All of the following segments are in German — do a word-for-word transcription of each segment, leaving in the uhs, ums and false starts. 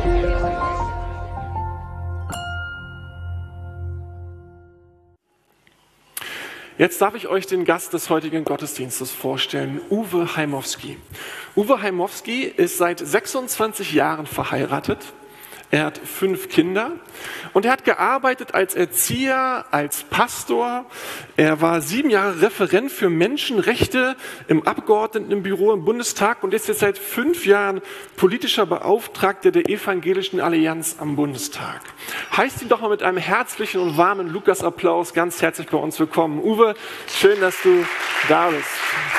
Jetzt darf ich euch den Gast des heutigen Gottesdienstes vorstellen, Uwe Heimowski. Uwe Heimowski ist seit sechsundzwanzig Jahren verheiratet. Er hat fünf Kinder und er hat gearbeitet als Erzieher, als Pastor. Er war sieben Jahre Referent für Menschenrechte im Abgeordnetenbüro im Bundestag und ist jetzt seit fünf Jahren politischer Beauftragter der Evangelischen Allianz am Bundestag. Heißt ihn doch mal mit einem herzlichen und warmen Lukas-Applaus ganz herzlich bei uns willkommen. Uwe, schön, dass du da bist.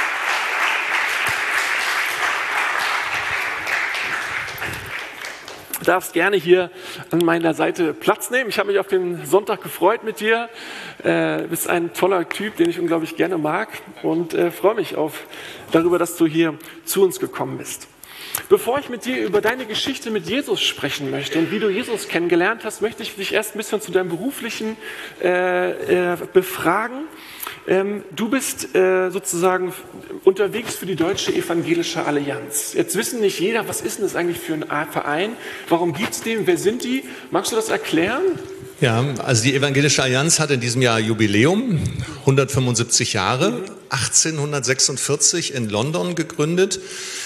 Du darfst gerne hier an meiner Seite Platz nehmen. Ich habe mich auf den Sonntag gefreut mit dir. Du äh, bist ein toller Typ, den ich unglaublich gerne mag und äh, freue mich auf, darüber, dass du hier zu uns gekommen bist. Bevor ich mit dir über deine Geschichte mit Jesus sprechen möchte und wie du Jesus kennengelernt hast, möchte ich dich erst ein bisschen zu deinem beruflichen äh, äh, befragen. Ähm, du bist äh, sozusagen unterwegs für die Deutsche Evangelische Allianz. Jetzt wissen nicht jeder, was ist denn das eigentlich für ein Verein? Warum gibt es den? Wer sind die? Magst du das erklären? Ja, also die Evangelische Allianz hat in diesem Jahr Jubiläum, hundertfünfundsiebzig Jahre, achtzehnhundertsechsundvierzig in London gegründet.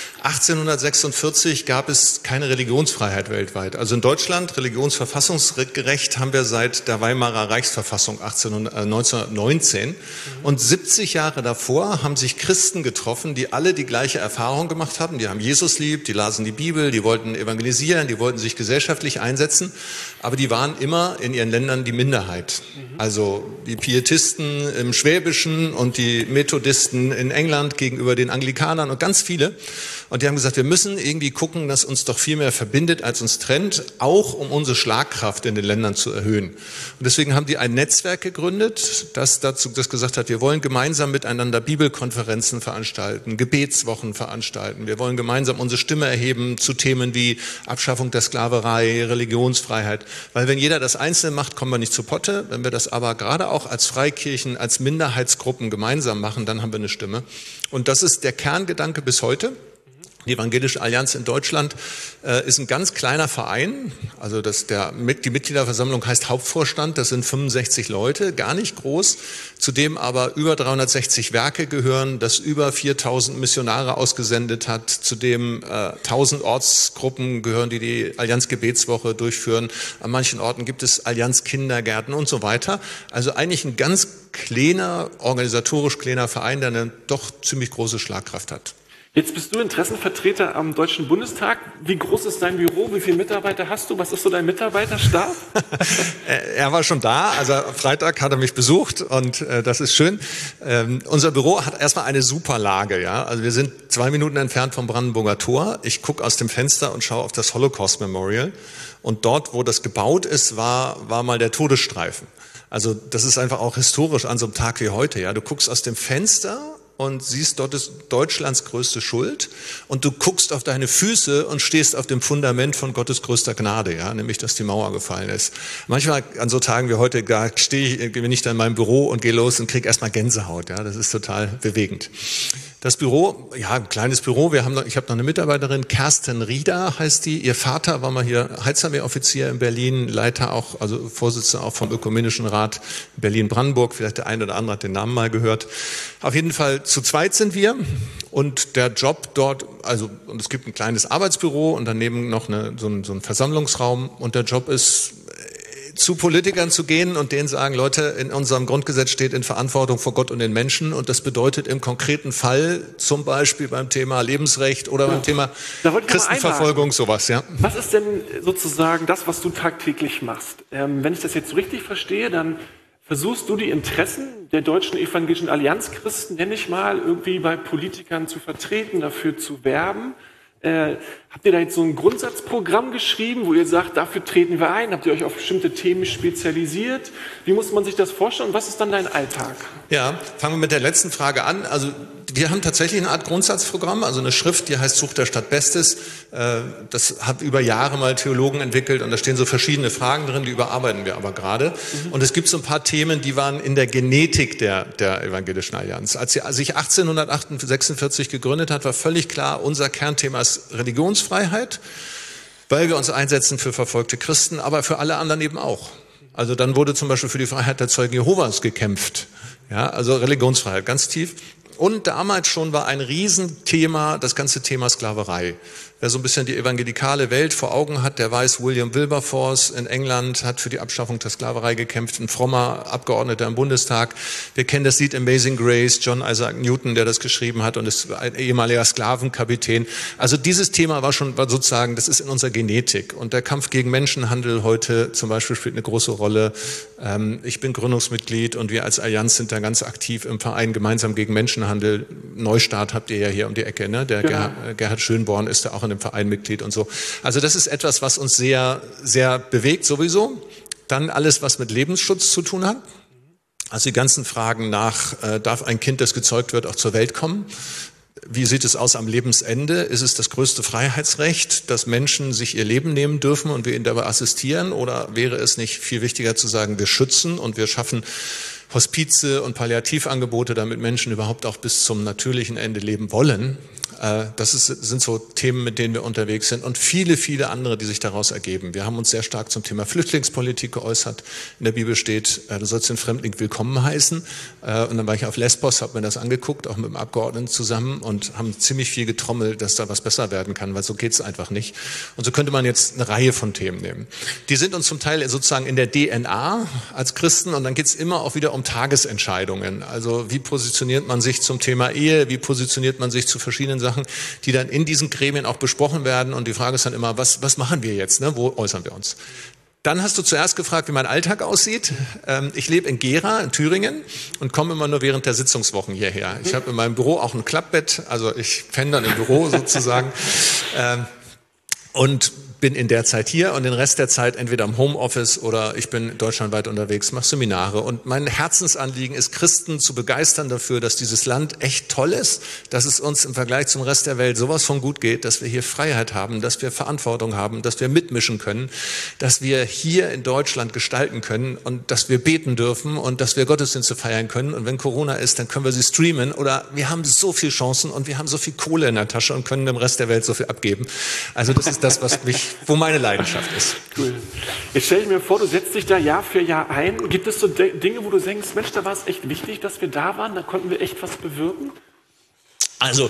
achtzehnhundertsechsundvierzig gab es keine Religionsfreiheit weltweit. Also in Deutschland, religionsverfassungsgerecht, haben wir seit der Weimarer Reichsverfassung neunzehnhundertneunzehn. Und siebzig Jahre davor haben sich Christen getroffen, die alle die gleiche Erfahrung gemacht haben. Die haben Jesus lieb, die lasen die Bibel, die wollten evangelisieren, die wollten sich gesellschaftlich einsetzen. Aber die waren immer in ihren Ländern die Minderheit. Also die Pietisten im Schwäbischen und die Methodisten in England gegenüber den Anglikanern und ganz viele. Und die haben gesagt, wir müssen irgendwie gucken, dass uns doch viel mehr verbindet, als uns trennt, auch um unsere Schlagkraft in den Ländern zu erhöhen. Und deswegen haben die ein Netzwerk gegründet, das dazu das gesagt hat, wir wollen gemeinsam miteinander Bibelkonferenzen veranstalten, Gebetswochen veranstalten. Wir wollen gemeinsam unsere Stimme erheben zu Themen wie Abschaffung der Sklaverei, Religionsfreiheit. Weil wenn jeder das Einzelne macht, kommen wir nicht zu Potte. Wenn wir das aber gerade auch als Freikirchen, als Minderheitsgruppen gemeinsam machen, dann haben wir eine Stimme. Und das ist der Kerngedanke bis heute. Die Evangelische Allianz in Deutschland äh, ist ein ganz kleiner Verein, also das, der, die Mitgliederversammlung heißt Hauptvorstand, das sind fünfundsechzig Leute, gar nicht groß, zu dem aber über dreihundertsechzig Werke gehören, das über viertausend Missionare ausgesendet hat, zu dem äh, tausend Ortsgruppen gehören, die die Allianz Gebetswoche durchführen. An manchen Orten gibt es Allianz Kindergärten und so weiter. Also eigentlich ein ganz kleiner, organisatorisch kleiner Verein, der eine doch ziemlich große Schlagkraft hat. Jetzt bist du Interessenvertreter am Deutschen Bundestag. Wie groß ist dein Büro? Wie viele Mitarbeiter hast du? Was ist so dein Mitarbeiterstab? Er war schon da, also Freitag hat er mich besucht und äh, das ist schön. Ähm, unser Büro hat erstmal eine super Lage, ja. Also wir sind zwei Minuten entfernt vom Brandenburger Tor. Ich gucke aus dem Fenster und schaue auf das Holocaust Memorial. Und dort, wo das gebaut ist, war, war mal der Todesstreifen. Also das ist einfach auch historisch an so einem Tag wie heute, ja. Du guckst aus dem Fenster und siehst, dort ist Deutschlands größte Schuld und du guckst auf deine Füße und stehst auf dem Fundament von Gottes größter Gnade, ja, nämlich, dass die Mauer gefallen ist. Manchmal an so Tagen wie heute, da stehe ich, bin ich dann in meinem Büro und gehe los und kriege erstmal Gänsehaut, ja, das ist total bewegend. Das Büro, ja, ein kleines Büro. Wir haben noch, ich habe noch eine Mitarbeiterin, Kerstin Rieder heißt die. Ihr Vater war mal hier Heilsarmee-Offizier in Berlin, Leiter auch, also Vorsitzender auch vom Ökumenischen Rat Berlin-Brandenburg. Vielleicht der eine oder andere hat den Namen mal gehört. Auf jeden Fall zu zweit sind wir und der Job dort, also und es gibt ein kleines Arbeitsbüro und daneben noch eine, so, ein, so ein Versammlungsraum und der Job ist zu Politikern zu gehen und denen sagen, Leute, in unserem Grundgesetz steht in Verantwortung vor Gott und den Menschen und das bedeutet im konkreten Fall zum Beispiel beim Thema Lebensrecht oder ja. beim Thema Christenverfolgung sowas. Ja. Was ist denn sozusagen das, was du tagtäglich machst? Ähm, wenn ich das jetzt so richtig verstehe, dann versuchst du die Interessen der Deutschen Evangelischen Allianz Christen, nenne ich mal, irgendwie bei Politikern zu vertreten, dafür zu werben. Äh, habt ihr da jetzt so ein Grundsatzprogramm geschrieben, wo ihr sagt, dafür treten wir ein? Habt ihr euch auf bestimmte Themen spezialisiert? Wie muss man sich das vorstellen und was ist dann dein Alltag? Ja, fangen wir mit der letzten Frage an. Also wir haben tatsächlich eine Art Grundsatzprogramm, also eine Schrift, die heißt Sucht der Stadt Bestes. Das hat über Jahre mal Theologen entwickelt und da stehen so verschiedene Fragen drin, die überarbeiten wir aber gerade. Mhm. Und es gibt so ein paar Themen, die waren in der Genetik der, der Evangelischen Allianz. Als sie sich achtzehnhundertsechsundvierzig gegründet hat, war völlig klar, unser Kernthema ist Religionsfreiheit. weil wir uns einsetzen für verfolgte Christen, aber für alle anderen eben auch. Also dann wurde zum Beispiel für die Freiheit der Zeugen Jehovas gekämpft. Ja, also Religionsfreiheit, ganz tief. Und damals schon war ein Riesenthema das ganze Thema Sklaverei. Wer so ein bisschen die evangelikale Welt vor Augen hat, der weiß, William Wilberforce in England hat für die Abschaffung der Sklaverei gekämpft, ein frommer Abgeordneter im Bundestag. Wir kennen das Lied Amazing Grace, John Isaac Newton, der das geschrieben hat und ist ein ehemaliger Sklavenkapitän. Also dieses Thema war schon war sozusagen, das ist in unserer Genetik. Und der Kampf gegen Menschenhandel heute zum Beispiel spielt eine große Rolle. Ich bin Gründungsmitglied und wir als Allianz sind da ganz aktiv im Verein gemeinsam gegen Menschenhandel. Neustart habt ihr ja hier um die Ecke, ne? Der ja. Gerhard Schönborn ist da auch in dem Verein Mitglied und so. Also das ist etwas, was uns sehr, sehr bewegt sowieso. Dann alles, was mit Lebensschutz zu tun hat. Also die ganzen Fragen nach, äh, darf ein Kind, das gezeugt wird, auch zur Welt kommen? Wie sieht es aus am Lebensende? Ist es das größte Freiheitsrecht, dass Menschen sich ihr Leben nehmen dürfen und wir ihnen dabei assistieren? Oder wäre es nicht viel wichtiger zu sagen, wir schützen und wir schaffen Hospize und Palliativangebote, damit Menschen überhaupt auch bis zum natürlichen Ende leben wollen? Das ist, sind so Themen, mit denen wir unterwegs sind und viele, viele andere, die sich daraus ergeben. Wir haben uns sehr stark zum Thema Flüchtlingspolitik geäußert. In der Bibel steht, du sollst den Fremdling willkommen heißen. Und dann war ich auf Lesbos, habe mir das angeguckt, auch mit dem Abgeordneten zusammen und haben ziemlich viel getrommelt, dass da was besser werden kann, weil so geht's einfach nicht. Und so könnte man jetzt eine Reihe von Themen nehmen. Die sind uns zum Teil sozusagen in der D N A als Christen und dann geht's immer auch wieder um Tagesentscheidungen. Also wie positioniert man sich zum Thema Ehe, wie positioniert man sich zu verschiedenen Sachen, die dann in diesen Gremien auch besprochen werden. Und die Frage ist dann immer, was, was machen wir jetzt? Ne? Wo äußern wir uns? Dann hast du zuerst gefragt, wie mein Alltag aussieht. Ähm, ich lebe in Gera, in Thüringen und komme immer nur während der Sitzungswochen hierher. Ich habe in meinem Büro auch ein Klappbett, also ich penne dann im Büro sozusagen. Ähm, und bin in der Zeit hier und den Rest der Zeit entweder im Homeoffice oder ich bin deutschlandweit unterwegs, mache Seminare. Und mein Herzensanliegen ist, Christen zu begeistern dafür, dass dieses Land echt toll ist, dass es uns im Vergleich zum Rest der Welt sowas von gut geht, dass wir hier Freiheit haben, dass wir Verantwortung haben, dass wir mitmischen können, dass wir hier in Deutschland gestalten können und dass wir beten dürfen und dass wir Gottesdienste feiern können. Und wenn Corona ist, dann können wir sie streamen oder wir haben so viele Chancen und wir haben so viel Kohle in der Tasche und können dem Rest der Welt so viel abgeben. Also das ist das, was mich wo meine Leidenschaft ist. Cool. Jetzt stelle ich mir vor, du setzt dich da Jahr für Jahr ein. Gibt es so de- Dinge, wo du denkst, Mensch, da war es echt wichtig, dass wir da waren, da konnten wir echt was bewirken? Also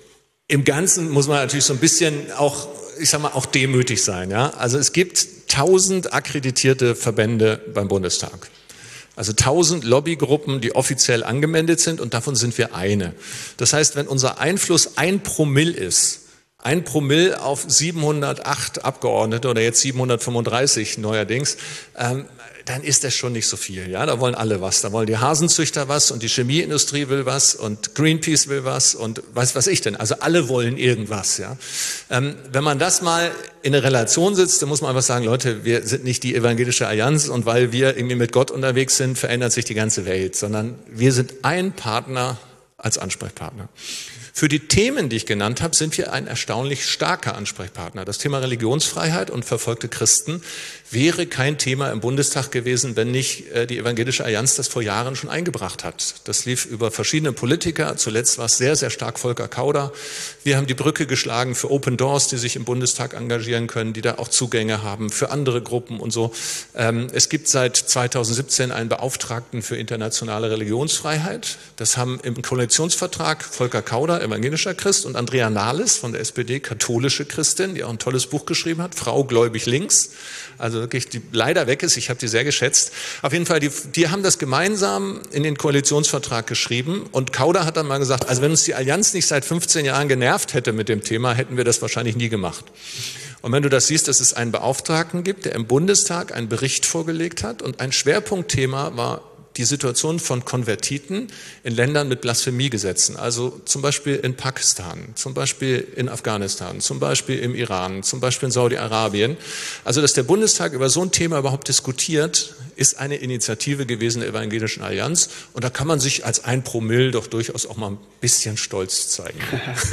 im Ganzen muss man natürlich so ein bisschen auch, ich sag mal, auch demütig sein. Ja? Also es gibt tausend akkreditierte Verbände beim Bundestag. Also tausend Lobbygruppen, die offiziell angemeldet sind und davon sind wir eine. Das heißt, wenn unser Einfluss ein Promille ist, Ein Promille auf siebenhundertacht Abgeordnete oder jetzt siebenhundertfünfunddreißig neuerdings, ähm, dann ist das schon nicht so viel. Ja, da wollen alle was. Da wollen die Hasenzüchter was und die Chemieindustrie will was und Greenpeace will was und was weiß ich denn. Also alle wollen irgendwas. Ja, ähm, wenn man das mal in eine Relation sitzt, dann muss man einfach sagen, Leute, wir sind nicht die evangelische Allianz und weil wir irgendwie mit Gott unterwegs sind, verändert sich die ganze Welt, sondern wir sind ein Partner als Ansprechpartner. Für die Themen, die ich genannt habe, sind wir ein erstaunlich starker Ansprechpartner. Das Thema Religionsfreiheit und verfolgte Christen wäre kein Thema im Bundestag gewesen, wenn nicht die Evangelische Allianz das vor Jahren schon eingebracht hat. Das lief über verschiedene Politiker. Zuletzt war es sehr, sehr stark Volker Kauder. Wir haben die Brücke geschlagen für Open Doors, die sich im Bundestag engagieren können, die da auch Zugänge haben für andere Gruppen und so. Es gibt seit zweitausendsiebzehn einen Beauftragten für internationale Religionsfreiheit. Das haben im Koalitionsvertrag Volker Kauder, evangelischer Christ, und Andrea Nahles von der S P D, katholische Christin, die auch ein tolles Buch geschrieben hat, Frau gläubig links, also wirklich, die leider weg ist, ich habe die sehr geschätzt. Auf jeden Fall, die, die haben das gemeinsam in den Koalitionsvertrag geschrieben und Kauder hat dann mal gesagt, also wenn uns die Allianz nicht seit fünfzehn Jahren genervt hätte mit dem Thema, hätten wir das wahrscheinlich nie gemacht. Und wenn du das siehst, dass es einen Beauftragten gibt, der im Bundestag einen Bericht vorgelegt hat und ein Schwerpunktthema war die Situation von Konvertiten in Ländern mit Blasphemiegesetzen, also zum Beispiel in Pakistan, zum Beispiel in Afghanistan, zum Beispiel im Iran, zum Beispiel in Saudi-Arabien. Also, dass der Bundestag über so ein Thema überhaupt diskutiert, ist eine Initiative gewesen der Evangelischen Allianz. Und da kann man sich als ein Promille doch durchaus auch mal ein bisschen stolz zeigen.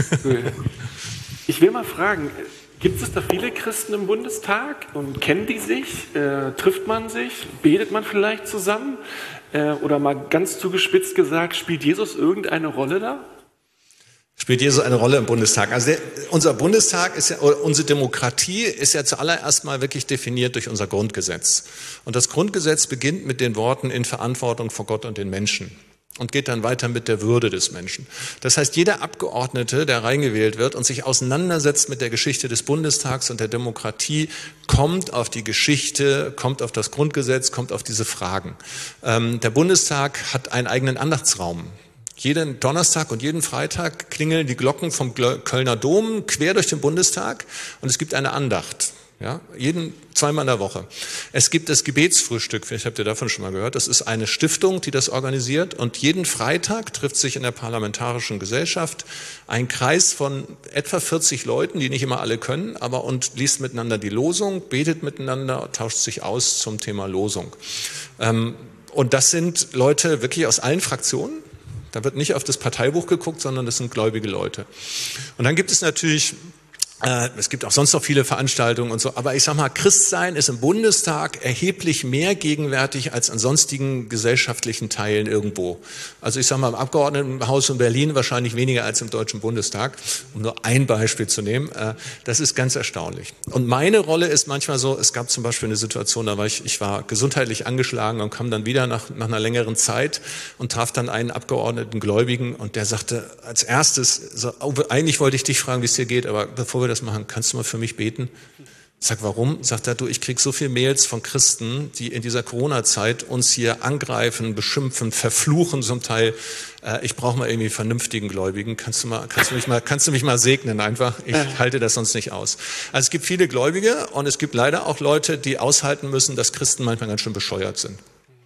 Ich will mal fragen, gibt es da viele Christen im Bundestag und kennen die sich? Äh, trifft man sich? Betet man vielleicht zusammen? Äh, oder mal ganz zugespitzt gesagt, spielt Jesus irgendeine Rolle da? Spielt hier so eine Rolle im Bundestag? Also der, unser Bundestag ist ja, unsere Demokratie ist ja zuallererst mal wirklich definiert durch unser Grundgesetz. Und das Grundgesetz beginnt mit den Worten in Verantwortung vor Gott und den Menschen und geht dann weiter mit der Würde des Menschen. Das heißt, jeder Abgeordnete, der reingewählt wird und sich auseinandersetzt mit der Geschichte des Bundestags und der Demokratie, kommt auf die Geschichte, kommt auf das Grundgesetz, kommt auf diese Fragen. Ähm, der Bundestag hat einen eigenen Andachtsraum. Jeden Donnerstag und jeden Freitag klingeln die Glocken vom Kölner Dom quer durch den Bundestag und es gibt eine Andacht. Ja, jeden zweimal in der Woche. Es gibt das Gebetsfrühstück, vielleicht habt ihr davon schon mal gehört. Das ist eine Stiftung, die das organisiert und jeden Freitag trifft sich in der Parlamentarischen Gesellschaft ein Kreis von etwa vierzig Leuten, die nicht immer alle können, aber und liest miteinander die Losung, betet miteinander, tauscht sich aus zum Thema Losung. Ähm, und das sind Leute wirklich aus allen Fraktionen. Da wird nicht auf das Parteibuch geguckt, sondern das sind gläubige Leute. Und dann gibt es natürlich Äh, es gibt auch sonst noch viele Veranstaltungen und so, aber ich sag mal, Christsein ist im Bundestag erheblich mehr gegenwärtig als an sonstigen gesellschaftlichen Teilen irgendwo. Also ich sag mal, im Abgeordnetenhaus in Berlin wahrscheinlich weniger als im Deutschen Bundestag, um nur ein Beispiel zu nehmen. Äh, das ist ganz erstaunlich. Und meine Rolle ist manchmal so, es gab zum Beispiel eine Situation, da war ich, ich war gesundheitlich angeschlagen und kam dann wieder nach, nach einer längeren Zeit und traf dann einen Abgeordneten Gläubigen und der sagte als erstes, so, oh, eigentlich wollte ich dich fragen, wie es dir geht, aber bevor wir das machen, kannst du mal für mich beten? Sag, warum? Sagt er, du, ich krieg so viel Mails von Christen, die in dieser Corona-Zeit uns hier angreifen, beschimpfen, verfluchen zum Teil. Äh, ich brauche mal irgendwie vernünftigen Gläubigen. Kannst du mal, kannst du mich mal, kannst du mich mal segnen einfach? Ich halte das sonst nicht aus. Also es gibt viele Gläubige und es gibt leider auch Leute, die aushalten müssen, dass Christen manchmal ganz schön bescheuert sind.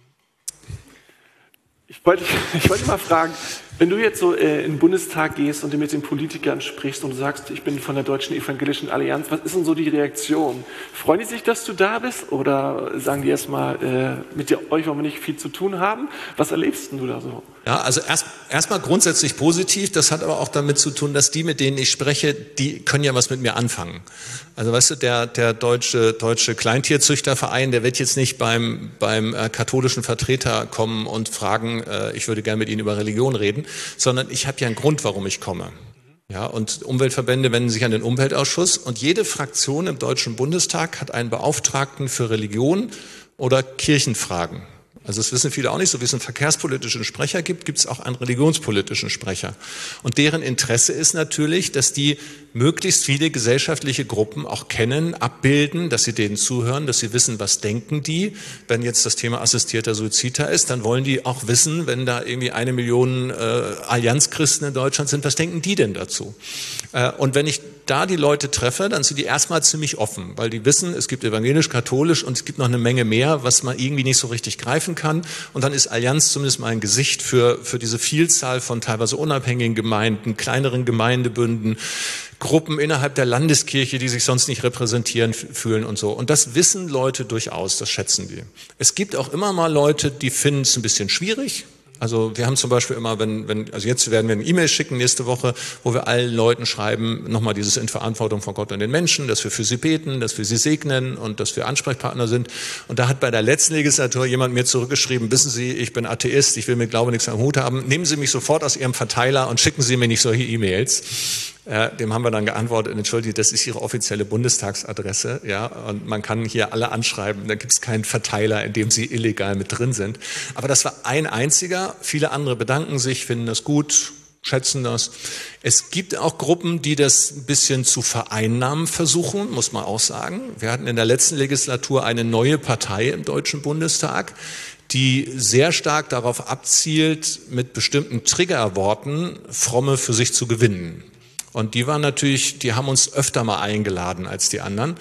Ich wollte, ich wollte mal fragen, wenn du jetzt so äh, in den Bundestag gehst und mit den Politikern sprichst und du sagst, ich bin von der Deutschen Evangelischen Allianz, was ist denn so die Reaktion? Freuen die sich, dass du da bist oder sagen die erstmal, äh, mit dir, euch wollen wir nicht viel zu tun haben? Was erlebst denn du da so? Ja, also erst erstmal grundsätzlich positiv. Das hat aber auch damit zu tun, dass die, mit denen ich spreche, die können ja was mit mir anfangen. Also weißt du, der der deutsche deutsche Kleintierzüchterverein, der wird jetzt nicht beim beim äh, katholischen Vertreter kommen und fragen, äh, ich würde gerne mit Ihnen über Religion reden, sondern ich habe ja einen Grund, warum ich komme. Ja, und Umweltverbände wenden sich an den Umweltausschuss und jede Fraktion im Deutschen Bundestag hat einen Beauftragten für Religion oder Kirchenfragen. Also das wissen viele auch nicht, so wie es einen verkehrspolitischen Sprecher gibt, gibt es auch einen religionspolitischen Sprecher. Und deren Interesse ist natürlich, dass die möglichst viele gesellschaftliche Gruppen auch kennen, abbilden, dass sie denen zuhören, dass sie wissen, was denken die. Wenn jetzt das Thema assistierter Suizid da ist, dann wollen die auch wissen, wenn da irgendwie eine Million äh, Allianzchristen in Deutschland sind, was denken die denn dazu? Äh, und wenn ich da die Leute treffe, dann sind die erstmal ziemlich offen, weil die wissen, es gibt evangelisch, katholisch und es gibt noch eine Menge mehr, was man irgendwie nicht so richtig greifen kann. Und dann ist Allianz zumindest mal ein Gesicht für, für diese Vielzahl von teilweise unabhängigen Gemeinden, kleineren Gemeindebünden, Gruppen innerhalb der Landeskirche, die sich sonst nicht repräsentieren fühlen und so. Und das wissen Leute durchaus, das schätzen die. Es gibt auch immer mal Leute, die finden es ein bisschen schwierig. Also wir haben zum Beispiel immer, wenn, wenn, also jetzt werden wir eine E-Mail schicken nächste Woche, wo wir allen Leuten schreiben, nochmal dieses in Verantwortung von Gott und den Menschen, dass wir für sie beten, dass wir sie segnen und dass wir Ansprechpartner sind. Und da hat bei der letzten Legislatur jemand mir zurückgeschrieben, wissen Sie, ich bin Atheist, ich will mit Glaube nichts am Hut haben, nehmen Sie mich sofort aus Ihrem Verteiler und schicken Sie mir nicht solche E-Mails. Äh, dem haben wir dann geantwortet, entschuldige, das ist Ihre offizielle Bundestagsadresse, ja, und man kann hier alle anschreiben, da gibt es keinen Verteiler, in dem Sie illegal mit drin sind. Aber das war ein einziger, viele andere bedanken sich, finden das gut, schätzen das. Es gibt auch Gruppen, die das ein bisschen zu vereinnahmen versuchen, muss man auch sagen. Wir hatten in der letzten Legislatur eine neue Partei im Deutschen Bundestag, die sehr stark darauf abzielt, mit bestimmten Triggerworten Fromme für sich zu gewinnen. Und die waren natürlich, die haben uns öfter mal eingeladen als die anderen.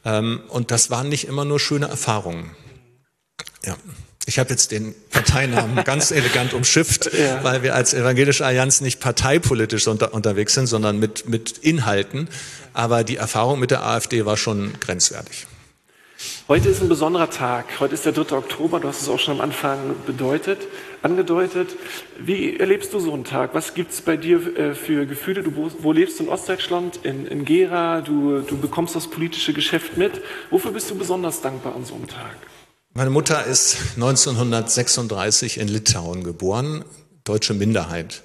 Und das waren nicht immer nur schöne Erfahrungen. Ja. Ich habe jetzt den Parteinamen ganz elegant umschifft, ja, weil wir als Evangelische Allianz nicht parteipolitisch unter, unterwegs sind, sondern mit, mit Inhalten. Aber die Erfahrung mit der AfD war schon grenzwertig. Heute ist ein besonderer Tag. Heute ist der dritte Oktober. Du hast es auch schon am Anfang bedeutet, angedeutet. Wie erlebst du so einen Tag? Was gibt es bei dir äh, für Gefühle? Du wo, wo lebst du in Ostdeutschland, in, in Gera? Du, du bekommst das politische Geschäft mit. Wofür bist du besonders dankbar an so einem Tag? Meine Mutter ist neunzehnhundertsechsunddreißig in Litauen geboren, deutsche Minderheit.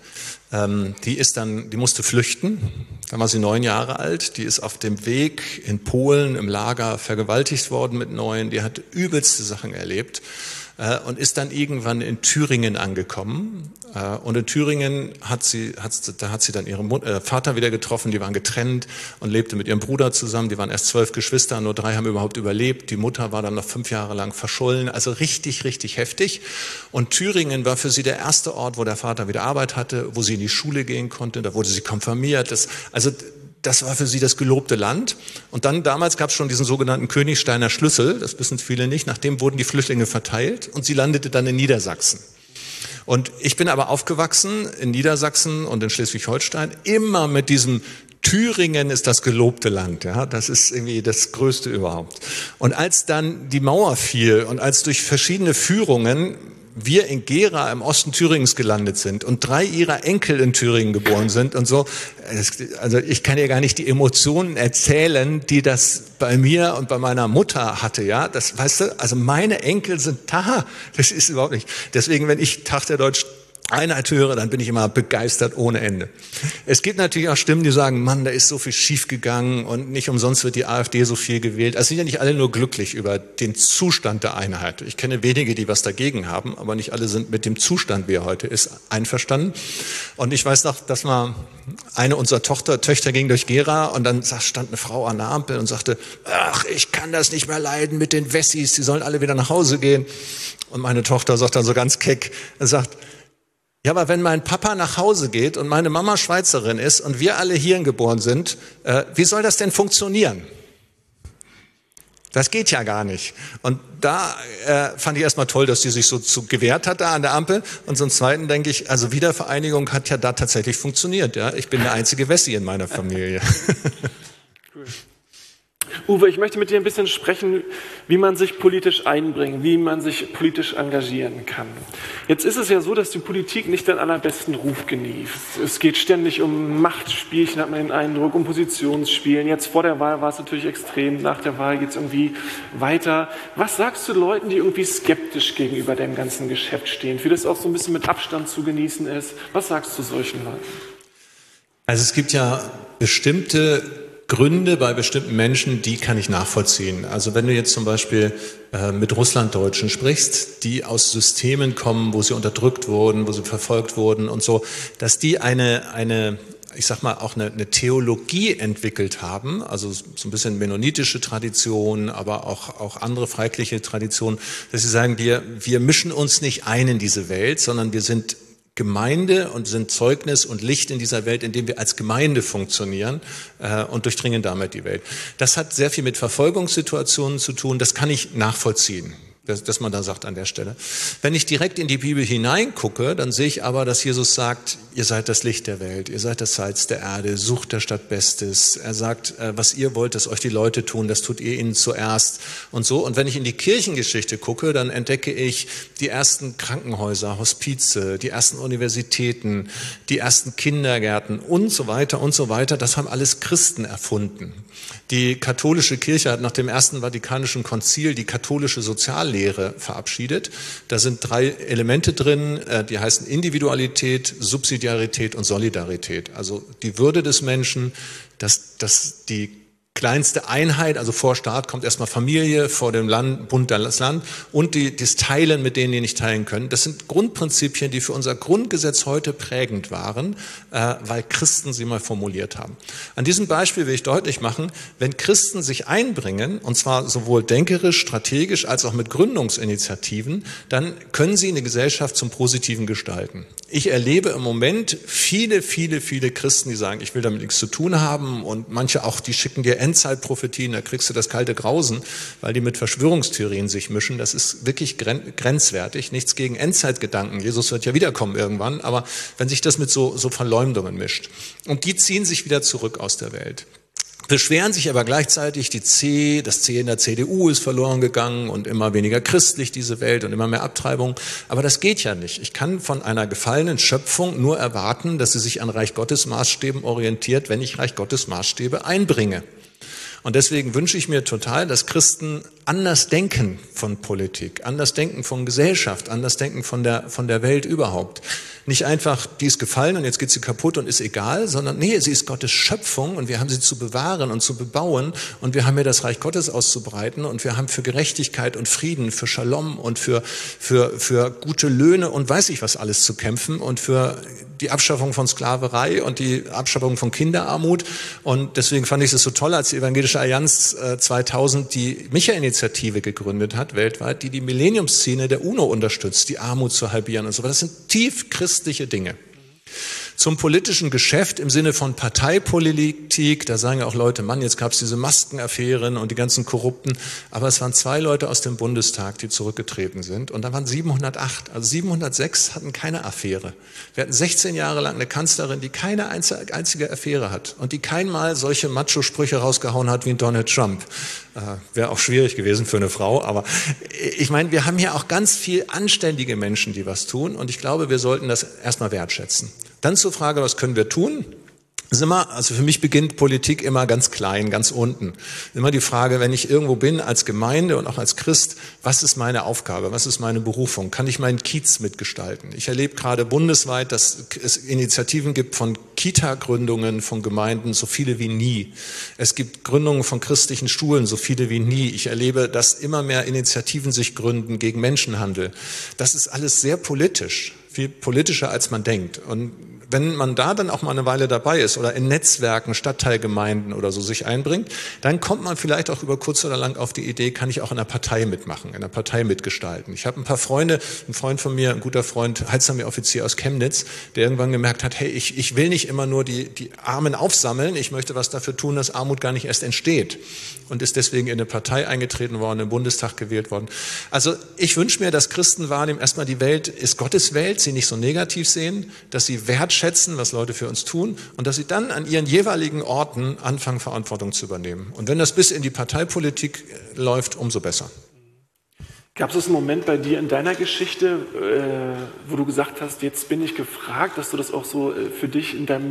Ähm, die ist dann, die musste flüchten. Da war sie neun Jahre alt. Die ist auf dem Weg in Polen im Lager vergewaltigt worden mit neun. Die hat übelste Sachen erlebt. Und ist dann irgendwann in Thüringen angekommen. Und in Thüringen hat sie, hat, da hat sie dann ihren äh, Vater wieder getroffen, die waren getrennt und lebte mit ihrem Bruder zusammen. Die waren erst zwölf Geschwister, nur drei haben überhaupt überlebt. Die Mutter war dann noch fünf Jahre lang verschollen, also richtig, richtig heftig. Und Thüringen war für sie der erste Ort, wo der Vater wieder Arbeit hatte, wo sie in die Schule gehen konnte, da wurde sie konfirmiert. Das, also das war für sie das gelobte Land. Und dann damals gab es schon diesen sogenannten Königsteiner Schlüssel, das wissen viele nicht, nach dem wurden die Flüchtlinge verteilt und sie landete dann in Niedersachsen. Und ich bin aber aufgewachsen in Niedersachsen und in Schleswig-Holstein immer mit diesem Thüringen ist das gelobte Land, ja, das ist irgendwie das Größte überhaupt. Und als dann die Mauer fiel und als durch verschiedene Führungen wir in Gera im Osten Thüringens gelandet sind und drei ihrer Enkel in Thüringen geboren sind und so, also ich kann dir gar nicht die Emotionen erzählen, die das bei mir und bei meiner Mutter hatte, ja, das, weißt du, also meine Enkel sind da, das ist überhaupt nicht, deswegen, wenn ich Tag der Deutschen Einheit höre, dann bin ich immer begeistert ohne Ende. Es gibt natürlich auch Stimmen, die sagen, Mann, da ist so viel schiefgegangen und nicht umsonst wird die AfD so viel gewählt. Also sind ja nicht alle nur glücklich über den Zustand der Einheit. Ich kenne wenige, die was dagegen haben, aber nicht alle sind mit dem Zustand, wie er heute ist, einverstanden. Und ich weiß noch, dass mal eine unserer Tochter, Töchter ging durch Gera und dann stand eine Frau an der Ampel und sagte, ach, ich kann das nicht mehr leiden mit den Wessis, die sollen alle wieder nach Hause gehen. Und meine Tochter sagt dann so ganz keck, er sagt, ja, aber wenn mein Papa nach Hause geht und meine Mama Schweizerin ist und wir alle hierhin geboren sind, äh, wie soll das denn funktionieren? Das geht ja gar nicht. Und da äh, fand ich erstmal toll, dass die sich so zu gewehrt hat da an der Ampel. Und zum Zweiten denke ich, also Wiedervereinigung hat ja da tatsächlich funktioniert. Ja, ich bin der einzige Wessi in meiner Familie. Cool. Uwe, ich möchte mit dir ein bisschen sprechen, wie man sich politisch einbringen, wie man sich politisch engagieren kann. Jetzt ist es ja so, dass die Politik nicht den allerbesten Ruf genießt. Es geht ständig um Machtspielchen, hat man den Eindruck, um Positionsspielen. Jetzt vor der Wahl war es natürlich extrem, nach der Wahl geht es irgendwie weiter. Was sagst du Leuten, die irgendwie skeptisch gegenüber dem ganzen Geschäft stehen, für das auch so ein bisschen mit Abstand zu genießen ist? Was sagst du solchen Leuten? Also es gibt ja bestimmte Gründe bei bestimmten Menschen, die kann ich nachvollziehen. Also wenn du jetzt zum Beispiel äh, mit Russlanddeutschen sprichst, die aus Systemen kommen, wo sie unterdrückt wurden, wo sie verfolgt wurden und so, dass die eine, eine ich sag mal, auch eine, eine Theologie entwickelt haben, also so ein bisschen mennonitische Tradition, aber auch, auch andere freikirchliche Traditionen, dass sie sagen, wir, wir mischen uns nicht ein in diese Welt, sondern wir sind Gemeinde und sind Zeugnis und Licht in dieser Welt, indem wir als Gemeinde funktionieren äh, und durchdringen damit die Welt. Das hat sehr viel mit Verfolgungssituationen zu tun, das kann ich nachvollziehen. Dass, dass man da sagt an der Stelle. Wenn ich direkt in die Bibel hineingucke, dann sehe ich aber, dass Jesus sagt, ihr seid das Licht der Welt, ihr seid das Salz der Erde, sucht der Stadt Bestes. Er sagt, was ihr wollt, dass euch die Leute tun, das tut ihr ihnen zuerst und so. Und wenn ich in die Kirchengeschichte gucke, dann entdecke ich die ersten Krankenhäuser, Hospize, die ersten Universitäten, die ersten Kindergärten und so weiter und so weiter. Das haben alles Christen erfunden. Die katholische Kirche hat nach dem Ersten Vatikanischen Konzil die katholische Soziallehre verabschiedet. Da sind drei Elemente drin, die heißen Individualität, Subsidiarität und Solidarität. Also die Würde des Menschen, dass, dass die kleinste Einheit, also vor Staat kommt erstmal Familie, vor dem Land, Bund das Land und die, das Teilen mit denen, die nicht teilen können. Das sind Grundprinzipien, die für unser Grundgesetz heute prägend waren, äh, weil Christen sie mal formuliert haben. An diesem Beispiel will ich deutlich machen, wenn Christen sich einbringen, und zwar sowohl denkerisch, strategisch als auch mit Gründungsinitiativen, dann können sie eine Gesellschaft zum Positiven gestalten. Ich erlebe im Moment viele, viele, viele Christen, die sagen, ich will damit nichts zu tun haben und manche auch, die schicken dir Endzeitprophetien, da kriegst du das kalte Grausen, weil die mit Verschwörungstheorien sich mischen. Das ist wirklich grenzwertig. Nichts gegen Endzeitgedanken. Jesus wird ja wiederkommen irgendwann, aber wenn sich das mit so, so Verleumdungen mischt. Und die ziehen sich wieder zurück aus der Welt. Beschweren sich aber gleichzeitig, die C, das C in der C D U ist verloren gegangen und immer weniger christlich diese Welt und immer mehr Abtreibung. Aber das geht ja nicht. Ich kann von einer gefallenen Schöpfung nur erwarten, dass sie sich an Reich Gottes Maßstäben orientiert, wenn ich Reich Gottes Maßstäbe einbringe. Und deswegen wünsche ich mir total, dass Christen Andersdenken von Politik, Andersdenken von Gesellschaft, Andersdenken von der, von der Welt überhaupt. Nicht einfach, die ist gefallen und jetzt geht sie kaputt und ist egal, sondern nee, sie ist Gottes Schöpfung und wir haben sie zu bewahren und zu bebauen und wir haben hier das Reich Gottes auszubreiten und wir haben für Gerechtigkeit und Frieden, für Shalom und für, für, für gute Löhne und weiß ich was alles zu kämpfen und für die Abschaffung von Sklaverei und die Abschaffung von Kinderarmut. Und deswegen fand ich es so toll, als die Evangelische Allianz äh, zweitausend die Micha-Initiative gegründet hat, weltweit, die die Millenniumsziele der UNO unterstützt, die Armut zu halbieren und so. Das sind tief christliche Dinge. Zum politischen Geschäft im Sinne von Parteipolitik, da sagen ja auch Leute, Mann, jetzt gab es diese Maskenaffären und die ganzen Korrupten, aber es waren zwei Leute aus dem Bundestag, die zurückgetreten sind und da waren siebenhundertacht, also siebenhundertsechs hatten keine Affäre. Wir hatten sechzehn Jahre lang eine Kanzlerin, die keine einzige Affäre hat und die keinmal solche Macho-Sprüche rausgehauen hat wie Donald Trump. Äh, wäre auch schwierig gewesen für eine Frau, aber ich meine, wir haben hier auch ganz viel anständige Menschen, die was tun und ich glaube, wir sollten das erstmal wertschätzen. Dann zur Frage, was können wir tun? Ist immer, also für mich beginnt Politik immer ganz klein, ganz unten. Immer die Frage, wenn ich irgendwo bin als Gemeinde und auch als Christ, was ist meine Aufgabe, was ist meine Berufung? Kann ich meinen Kiez mitgestalten? Ich erlebe gerade bundesweit, dass es Initiativen gibt von Kita-Gründungen von Gemeinden, so viele wie nie. Es gibt Gründungen von christlichen Schulen, so viele wie nie. Ich erlebe, dass immer mehr Initiativen sich gründen gegen Menschenhandel. Das ist alles sehr politisch, viel politischer als man denkt. Und wenn man da dann auch mal eine Weile dabei ist oder in Netzwerken, Stadtteilgemeinden oder so sich einbringt, dann kommt man vielleicht auch über kurz oder lang auf die Idee, kann ich auch in einer Partei mitmachen, in einer Partei mitgestalten. Ich habe ein paar Freunde, ein Freund von mir, ein guter Freund, Heilsarmee-Offizier aus Chemnitz, der irgendwann gemerkt hat, hey, ich, ich will nicht immer nur die, die Armen aufsammeln, ich möchte was dafür tun, dass Armut gar nicht erst entsteht und ist deswegen in eine Partei eingetreten worden, im Bundestag gewählt worden. Also ich wünsche mir, dass Christen wahrnehmen, erstmal die Welt ist Gottes Welt, sie nicht so negativ sehen, dass sie wertschätzen, was Leute für uns tun und dass sie dann an ihren jeweiligen Orten anfangen, Verantwortung zu übernehmen. Und wenn das bis in die Parteipolitik läuft, umso besser. Gab es einen Moment bei dir in deiner Geschichte, äh, wo du gesagt hast, jetzt bin ich gefragt, dass du das auch so äh, für dich in deinem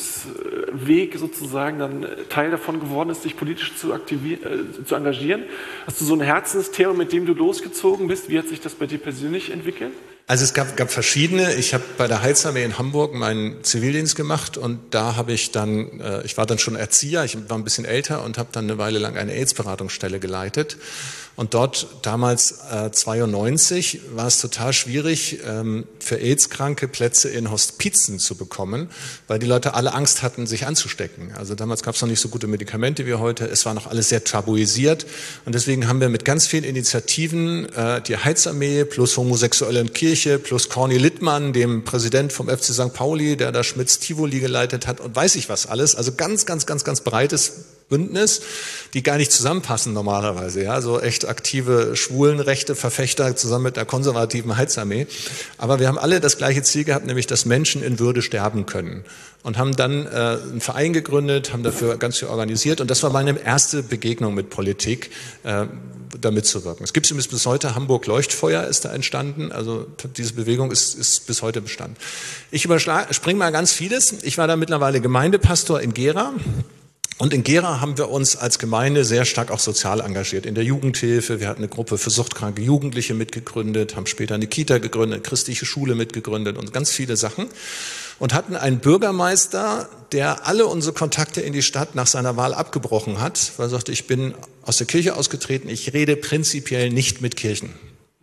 Berufsweg sozusagen dann Teil davon geworden ist, dich politisch zu, aktivieren, äh, zu engagieren? Hast du so ein Herzensthema, mit dem du losgezogen bist? Wie hat sich das bei dir persönlich entwickelt? Also es gab, gab verschiedene. Ich habe bei der Heilsarmee in Hamburg meinen Zivildienst gemacht und da habe ich dann, äh, ich war dann schon Erzieher, ich war ein bisschen älter und habe dann eine Weile lang eine AIDS-Beratungsstelle geleitet. Und dort damals äh, zweiundneunzig war es total schwierig, ähm, für AIDS-Kranke Plätze in Hospizen zu bekommen, weil die Leute alle Angst hatten, sich anzustecken. Also damals gab es noch nicht so gute Medikamente wie heute. Es war noch alles sehr tabuisiert. Und deswegen haben wir mit ganz vielen Initiativen äh, die Heilsarmee plus Homosexuelle in Kirche plus Corny Littmann, dem Präsident vom F C Sankt Pauli, der da Schmitz Tivoli geleitet hat und weiß ich was alles. Also ganz, ganz, ganz, ganz breites Bündnis, die gar nicht zusammenpassen normalerweise, ja, so echt aktive Schwulenrechte Verfechter zusammen mit der konservativen Heilsarmee. Aber wir haben alle das gleiche Ziel gehabt, nämlich, dass Menschen in Würde sterben können. Und haben dann äh, einen Verein gegründet, haben dafür ganz viel organisiert. Und das war meine erste Begegnung mit Politik, äh, da mitzuwirken. Es gibt es bis heute, Hamburg Leuchtfeuer ist da entstanden. Also diese Bewegung ist, ist bis heute Bestand. Ich überspringe mal ganz vieles. Ich war da mittlerweile Gemeindepastor in Gera. Und in Gera haben wir uns als Gemeinde sehr stark auch sozial engagiert. In der Jugendhilfe, wir hatten eine Gruppe für suchtkranke Jugendliche mitgegründet, haben später eine Kita gegründet, eine christliche Schule mitgegründet und ganz viele Sachen. Und hatten einen Bürgermeister, der alle unsere Kontakte in die Stadt nach seiner Wahl abgebrochen hat, weil er sagte, ich bin aus der Kirche ausgetreten, ich rede prinzipiell nicht mit Kirchen.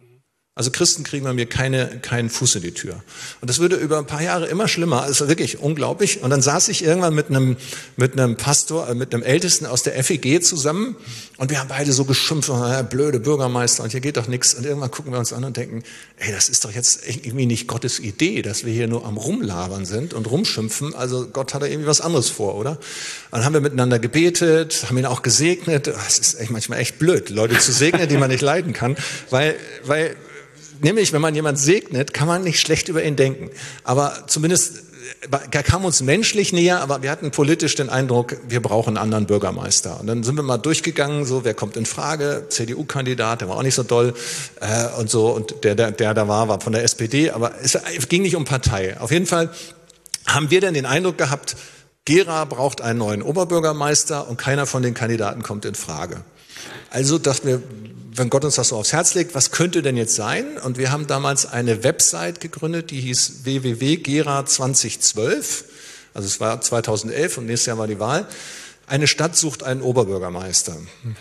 Also Christen kriegen bei mir keine, keinen Fuß in die Tür. Und das würde über ein paar Jahre immer schlimmer. Also wirklich unglaublich. Und dann saß ich irgendwann mit einem, mit einem Pastor, mit einem Ältesten aus der F E G zusammen. Und wir haben beide so geschimpft, oh, blöde Bürgermeister, und hier geht doch nichts. Und irgendwann gucken wir uns an und denken, ey, das ist doch jetzt irgendwie nicht Gottes Idee, dass wir hier nur am Rumlabern sind und rumschimpfen. Also Gott hat da irgendwie was anderes vor, oder? Dann haben wir miteinander gebetet, haben ihn auch gesegnet. Es ist echt manchmal echt blöd, Leute zu segnen, die man nicht leiden kann. Weil, weil, Nämlich, wenn man jemand segnet, kann man nicht schlecht über ihn denken. Aber zumindest, er kam uns menschlich näher, aber wir hatten politisch den Eindruck, wir brauchen einen anderen Bürgermeister. Und dann sind wir mal durchgegangen, so, wer kommt in Frage? C D U-Kandidat, der war auch nicht so doll, äh, und so. Und der, der, der da war, war von der S P D, aber es ging nicht um Partei. Auf jeden Fall haben wir dann den Eindruck gehabt, Gera braucht einen neuen Oberbürgermeister und keiner von den Kandidaten kommt in Frage. Also dachten wir, wenn Gott uns das so aufs Herz legt, was könnte denn jetzt sein? Und wir haben damals eine Website gegründet, die hieß w w w punkt gera zwanzig zwölf. Also es war zweitausendelf und nächstes Jahr war die Wahl. Eine Stadt sucht einen Oberbürgermeister.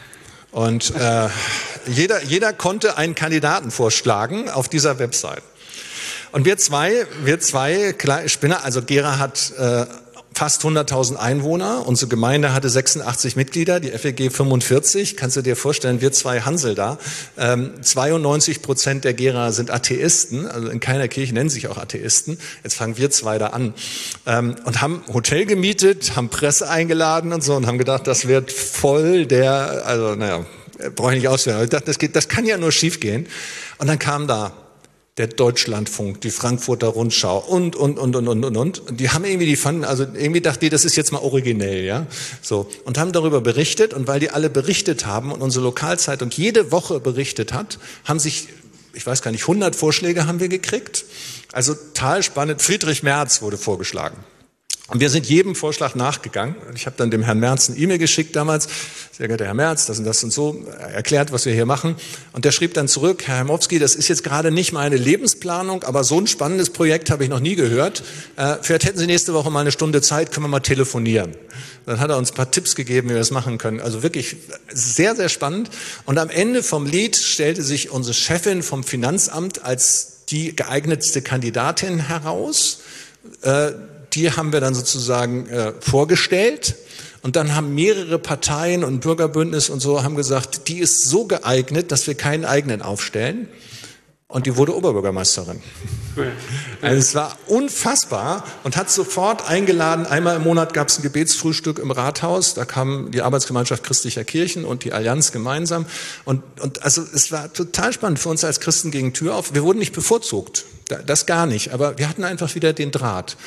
Und äh, jeder, jeder konnte einen Kandidaten vorschlagen auf dieser Website. Und wir zwei, wir zwei Spinner, also Gera hat äh, fast hunderttausend Einwohner, unsere Gemeinde hatte sechsundachtzig Mitglieder, die F E G fünfundvierzig, kannst du dir vorstellen, wir zwei Hansel da. Ähm, zweiundneunzig Prozent der Gera sind Atheisten, also in keiner Kirche nennen sich auch Atheisten. Jetzt fangen wir zwei da an ähm, und haben Hotel gemietet, haben Presse eingeladen und so und haben gedacht, das wird voll der, also naja, brauche ich nicht ausführen, ich dachte, das geht, das kann ja nur schief gehen. Und dann kam da der Deutschlandfunk, die Frankfurter Rundschau und, und, und, und, und, und, und. Die haben irgendwie, die fanden, also irgendwie dachten die, das ist jetzt mal originell, ja. So. Und haben darüber berichtet. Und weil die alle berichtet haben und unsere Lokalzeitung jede Woche berichtet hat, haben sich, ich weiß gar nicht, hundert Vorschläge haben wir gekriegt. Also total spannend. Friedrich Merz wurde vorgeschlagen. Und wir sind jedem Vorschlag nachgegangen. Ich habe dann dem Herrn Merz eine E-Mail geschickt damals. Sehr geehrter Herr Merz, das und das und so, erklärt, was wir hier machen. Und der schrieb dann zurück, Herr Heimowski, das ist jetzt gerade nicht meine Lebensplanung, aber so ein spannendes Projekt habe ich noch nie gehört. Äh, vielleicht hätten Sie nächste Woche mal eine Stunde Zeit, können wir mal telefonieren. Dann hat er uns ein paar Tipps gegeben, wie wir das machen können. Also wirklich sehr, sehr spannend. Und am Ende vom Lied stellte sich unsere Chefin vom Finanzamt als die geeignetste Kandidatin heraus. Äh, Die haben wir dann sozusagen äh, vorgestellt und dann haben mehrere Parteien und Bürgerbündnis und so haben gesagt, die ist so geeignet, dass wir keinen eigenen aufstellen und die wurde Oberbürgermeisterin. Cool. Also es war unfassbar und hat sofort eingeladen, einmal im Monat gab es ein Gebetsfrühstück im Rathaus, da kam die Arbeitsgemeinschaft christlicher Kirchen und die Allianz gemeinsam und, und also es war total spannend für uns als Christen gegen Tür auf. Wir wurden nicht bevorzugt, das gar nicht, aber wir hatten einfach wieder den Draht.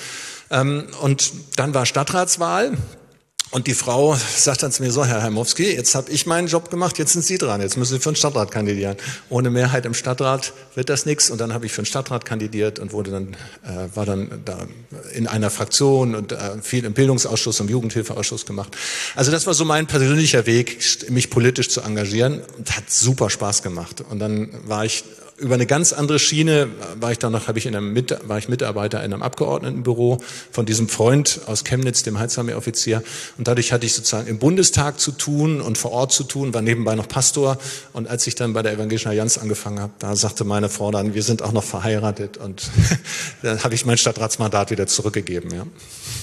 Und dann war Stadtratswahl und die Frau sagt dann zu mir so, Herr Heimowski, jetzt habe ich meinen Job gemacht, jetzt sind Sie dran, jetzt müssen Sie für den Stadtrat kandidieren. Ohne Mehrheit im Stadtrat wird das nichts und dann habe ich für den Stadtrat kandidiert und wurde dann, äh, war dann da in einer Fraktion und äh, viel im Bildungsausschuss, im Jugendhilfeausschuss gemacht. Also das war so mein persönlicher Weg, mich politisch zu engagieren und hat super Spaß gemacht. Und dann war ich über eine ganz andere Schiene war ich dann noch, habe ich in einem war ich Mitarbeiter in einem Abgeordnetenbüro von diesem Freund aus Chemnitz, dem Heilsarmee-Offizier. Und dadurch hatte ich sozusagen im Bundestag zu tun und vor Ort zu tun, war nebenbei noch Pastor. Und als ich dann bei der Evangelischen Allianz angefangen habe, da sagte meine Frau dann, wir sind auch noch verheiratet. Und dann habe ich mein Stadtratsmandat wieder zurückgegeben. Ja.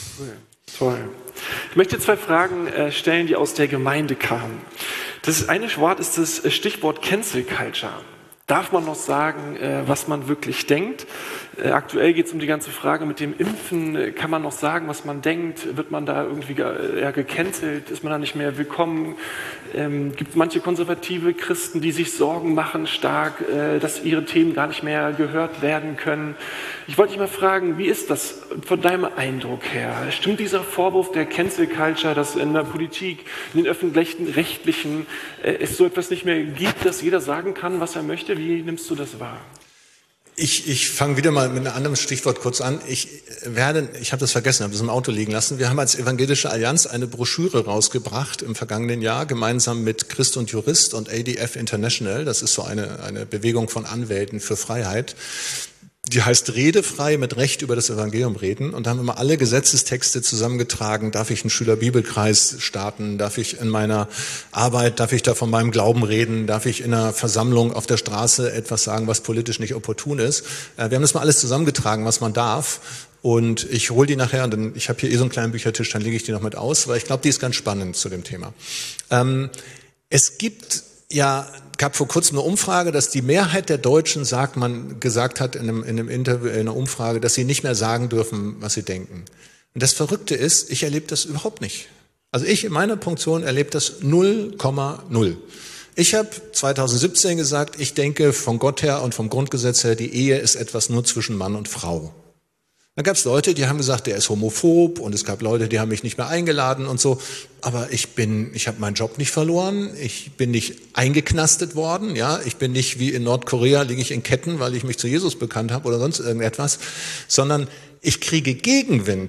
Toll. Ich möchte zwei Fragen stellen, die aus der Gemeinde kamen. Das eine Wort ist das Stichwort Cancel Culture. Darf man noch sagen, was man wirklich denkt? Aktuell geht es um die ganze Frage mit dem Impfen. Kann man noch sagen, was man denkt? Wird man da irgendwie eher gecancelt? Ist man da nicht mehr willkommen? Ähm, gibt es manche konservative Christen, die sich Sorgen machen stark, äh, dass ihre Themen gar nicht mehr gehört werden können? Ich wollte dich mal fragen, wie ist das von deinem Eindruck her? Stimmt dieser Vorwurf der Cancel Culture, dass in der Politik, in den öffentlichen, rechtlichen äh, es so etwas nicht mehr gibt, dass jeder sagen kann, was er möchte? Wie nimmst du das wahr? Ich, ich fange wieder mal mit einem anderen Stichwort kurz an. Ich werde, ich habe das vergessen, habe das im Auto liegen lassen. Wir haben als Evangelische Allianz eine Broschüre rausgebracht im vergangenen Jahr, gemeinsam mit Christ und Jurist und A D F International. Das ist so eine, eine Bewegung von Anwälten für Freiheit. Die heißt Redefrei mit Recht über das Evangelium reden. Und da haben wir mal alle Gesetzestexte zusammengetragen. Darf ich einen Schülerbibelkreis starten? Darf ich in meiner Arbeit, darf ich da von meinem Glauben reden? Darf ich in einer Versammlung auf der Straße etwas sagen, was politisch nicht opportun ist? Wir haben das mal alles zusammengetragen, was man darf. Und ich hole die nachher, denn ich habe hier eh so einen kleinen Büchertisch, dann lege ich die noch mit aus, weil ich glaube, die ist ganz spannend zu dem Thema. Ähm, es gibt ja, gab vor kurzem eine Umfrage, dass die Mehrheit der Deutschen sagt, man gesagt hat in einem, in einem Interview, in einer Umfrage, dass sie nicht mehr sagen dürfen, was sie denken. Und das Verrückte ist, ich erlebe das überhaupt nicht. Also ich in meiner Funktion erlebe das null Komma null. Ich habe zweitausendsiebzehn gesagt, ich denke von Gott her und vom Grundgesetz her, die Ehe ist etwas nur zwischen Mann und Frau. Dann gab es Leute, die haben gesagt, der ist homophob, und es gab Leute, die haben mich nicht mehr eingeladen und so. Aber ich bin, ich habe meinen Job nicht verloren, ich bin nicht eingeknastet worden, ja, ich bin nicht wie in Nordkorea, liege ich in Ketten, weil ich mich zu Jesus bekannt habe oder sonst irgendetwas, sondern ich kriege Gegenwind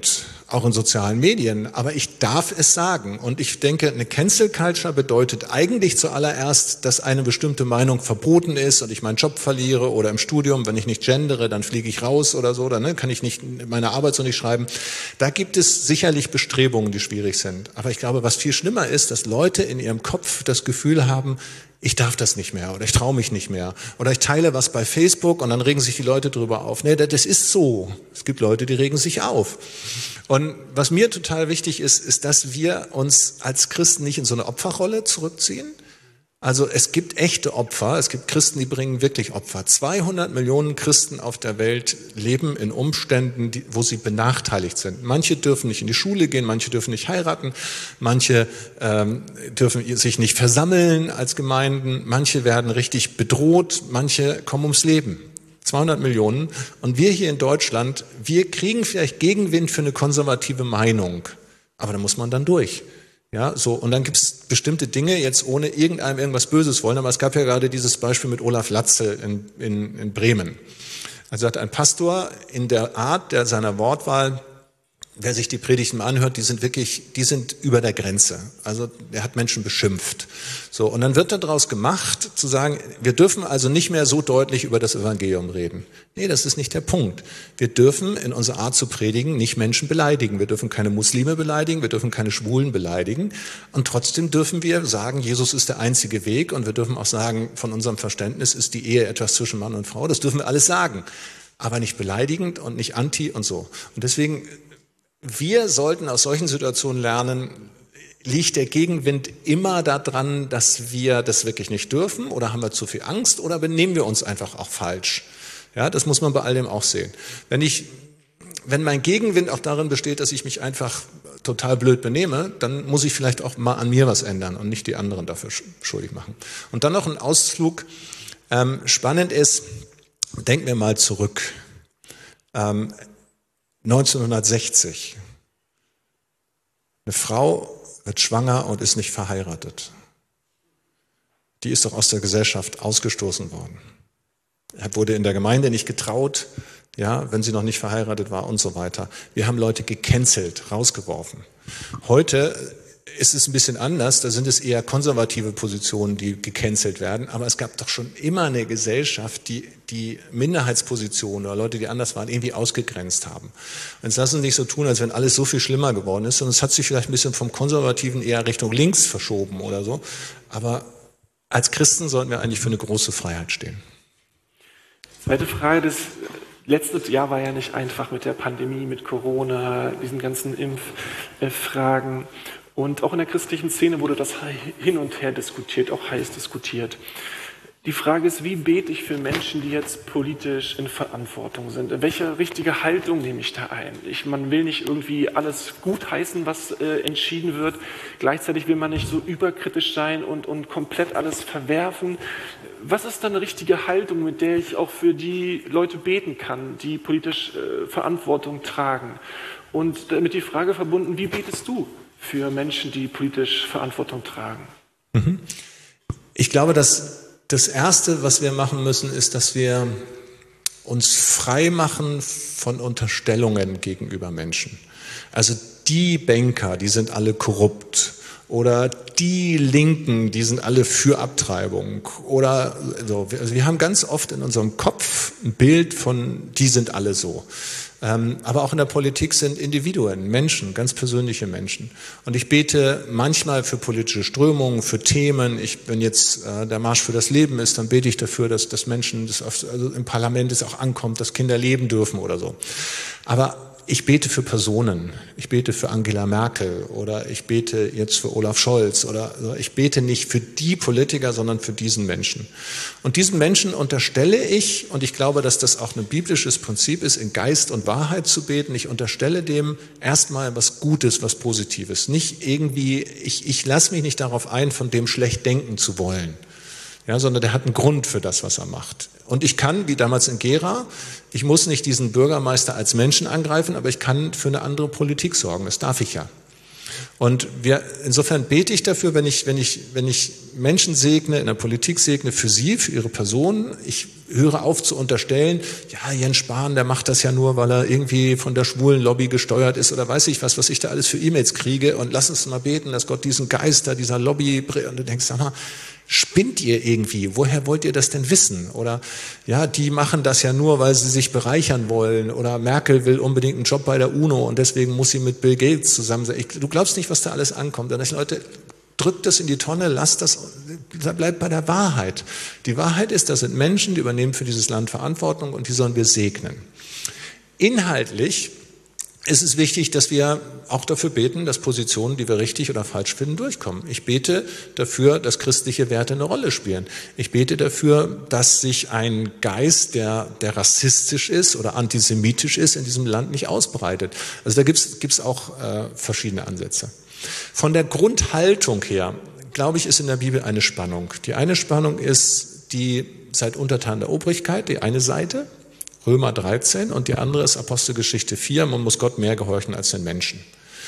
auch in sozialen Medien, aber ich darf es sagen. Und ich denke, eine Cancel Culture bedeutet eigentlich zuallererst, dass eine bestimmte Meinung verboten ist und ich meinen Job verliere oder im Studium, wenn ich nicht gendere, dann fliege ich raus oder so, dann ne, kann ich nicht meine Arbeit so nicht schreiben. Da gibt es sicherlich Bestrebungen, die schwierig sind. Aber ich glaube, was viel schlimmer ist, dass Leute in ihrem Kopf das Gefühl haben, ich darf das nicht mehr oder ich traue mich nicht mehr oder ich teile was bei Facebook und dann regen sich die Leute drüber auf. Nee, das ist so. Es gibt Leute, die regen sich auf. Und was mir total wichtig ist, ist, dass wir uns als Christen nicht in so eine Opferrolle zurückziehen. Also es gibt echte Opfer, es gibt Christen, die bringen wirklich Opfer. zweihundert Millionen Christen auf der Welt leben in Umständen, die, wo sie benachteiligt sind. Manche dürfen nicht in die Schule gehen, manche dürfen nicht heiraten, manche ähm, dürfen sich nicht versammeln als Gemeinden, manche werden richtig bedroht, manche kommen ums Leben. zweihundert Millionen. Und wir hier in Deutschland, wir kriegen vielleicht Gegenwind für eine konservative Meinung, aber da muss man dann durch. Ja, so, und dann gibt es bestimmte Dinge, jetzt ohne irgendeinem irgendwas Böses wollen, aber es gab ja gerade dieses Beispiel mit Olaf Latze in, in, in Bremen. Also hat ein Pastor in der Art der, seiner Wortwahl, wer sich die Predigten anhört, die sind wirklich, die sind über der Grenze. Also er hat Menschen beschimpft. So, und dann wird daraus gemacht, zu sagen, wir dürfen also nicht mehr so deutlich über das Evangelium reden. Nee, das ist nicht der Punkt. Wir dürfen in unserer Art zu predigen nicht Menschen beleidigen. Wir dürfen keine Muslime beleidigen, wir dürfen keine Schwulen beleidigen. Und trotzdem dürfen wir sagen, Jesus ist der einzige Weg. Und wir dürfen auch sagen, von unserem Verständnis ist die Ehe etwas zwischen Mann und Frau. Das dürfen wir alles sagen. Aber nicht beleidigend und nicht anti und so. Und deswegen, wir sollten aus solchen Situationen lernen, liegt der Gegenwind immer daran, dass wir das wirklich nicht dürfen oder haben wir zu viel Angst oder benehmen wir uns einfach auch falsch? Ja, das muss man bei all dem auch sehen. Wenn ich, wenn mein Gegenwind auch darin besteht, dass ich mich einfach total blöd benehme, dann muss ich vielleicht auch mal an mir was ändern und nicht die anderen dafür schuldig machen. Und dann noch ein Ausflug. Ähm, spannend ist, denken wir mal zurück. Ähm, neunzehnhundertsechzig. Eine Frau wird schwanger und ist nicht verheiratet. Die ist doch aus der Gesellschaft ausgestoßen worden. Er wurde in der Gemeinde nicht getraut, ja, wenn sie noch nicht verheiratet war und so weiter. Wir haben Leute gecancelt, rausgeworfen. Heute ist es ein bisschen anders, da sind es eher konservative Positionen, die gecancelt werden, aber es gab doch schon immer eine Gesellschaft, die die Minderheitspositionen oder Leute, die anders waren, irgendwie ausgegrenzt haben. Und jetzt lassen Sie nicht so tun, als wenn alles so viel schlimmer geworden ist, sondern es hat sich vielleicht ein bisschen vom Konservativen eher Richtung links verschoben oder so, aber als Christen sollten wir eigentlich für eine große Freiheit stehen. Zweite Frage, das letzte Jahr war ja nicht einfach mit der Pandemie, mit Corona, diesen ganzen Impffragen. Und auch in der christlichen Szene wurde das hin und her diskutiert, auch heiß diskutiert. Die Frage ist, wie bete ich für Menschen, die jetzt politisch in Verantwortung sind? Welche richtige Haltung nehme ich da ein? Ich, man will nicht irgendwie alles gutheißen, was äh, entschieden wird. Gleichzeitig will man nicht so überkritisch sein und, und komplett alles verwerfen. Was ist dann eine richtige Haltung, mit der ich auch für die Leute beten kann, die politisch äh, Verantwortung tragen? Und damit die Frage verbunden, wie betest du für Menschen, die politisch Verantwortung tragen? Mhm. Ich glaube, dass das Erste, was wir machen müssen, ist, dass wir uns frei machen von Unterstellungen gegenüber Menschen. Also die Banker, die sind alle korrupt. Oder die Linken, die sind alle für Abtreibung. Oder so. Also wir haben ganz oft in unserem Kopf ein Bild von, die sind alle so. Ähm, aber auch in der Politik sind Individuen, Menschen, ganz persönliche Menschen. Und ich bete manchmal für politische Strömungen, für Themen. Ich, wenn jetzt äh, der Marsch für das Leben ist, dann bete ich dafür, dass, dass Menschen, das auf, also im Parlament es auch ankommt, dass Kinder leben dürfen oder so. Aber ich bete für Personen. Ich bete für Angela Merkel oder ich bete jetzt für Olaf Scholz oder also ich bete nicht für die Politiker, sondern für diesen Menschen. Und diesen Menschen unterstelle ich, und ich glaube, dass das auch ein biblisches Prinzip ist, in Geist und Wahrheit zu beten. Ich unterstelle dem erstmal was Gutes, was Positives. Nicht irgendwie, ich, ich lasse mich nicht darauf ein, von dem schlecht denken zu wollen. Ja, sondern der hat einen Grund für das, was er macht. Und ich kann, wie damals in Gera, ich muss nicht diesen Bürgermeister als Menschen angreifen, aber ich kann für eine andere Politik sorgen. Das darf ich ja. Und wir, insofern bete ich dafür, wenn ich, wenn ich, wenn ich Menschen segne, in der Politik segne, für sie, für ihre Person. Ich höre auf zu unterstellen, ja, Jens Spahn, der macht das ja nur, weil er irgendwie von der schwulen Lobby gesteuert ist oder weiß ich was, was ich da alles für E-Mails kriege. Und lass uns mal beten, dass Gott diesen Geist da, dieser Lobby, und du denkst, sag mal, spinnt ihr irgendwie? Woher wollt ihr das denn wissen? Oder ja, die machen das ja nur, weil sie sich bereichern wollen. Oder Merkel will unbedingt einen Job bei der UNO und deswegen muss sie mit Bill Gates zusammen sein. Ich, du glaubst nicht, was da alles ankommt. Und ich, Leute, drückt das in die Tonne, lasst das, bleibt bei der Wahrheit. Die Wahrheit ist, das sind Menschen, die übernehmen für dieses Land Verantwortung und die sollen wir segnen. Inhaltlich ist es wichtig, dass wir auch dafür beten, dass Positionen, die wir richtig oder falsch finden, durchkommen. Ich bete dafür, dass christliche Werte eine Rolle spielen. Ich bete dafür, dass sich ein Geist, der, der rassistisch ist oder antisemitisch ist, in diesem Land nicht ausbreitet. Also da gibt es auch äh, verschiedene Ansätze. Von der Grundhaltung her, glaube ich, ist in der Bibel eine Spannung. Die eine Spannung ist die seid untertan der Obrigkeit, die eine Seite, Römer dreizehn, und die andere ist Apostelgeschichte vier, man muss Gott mehr gehorchen als den Menschen.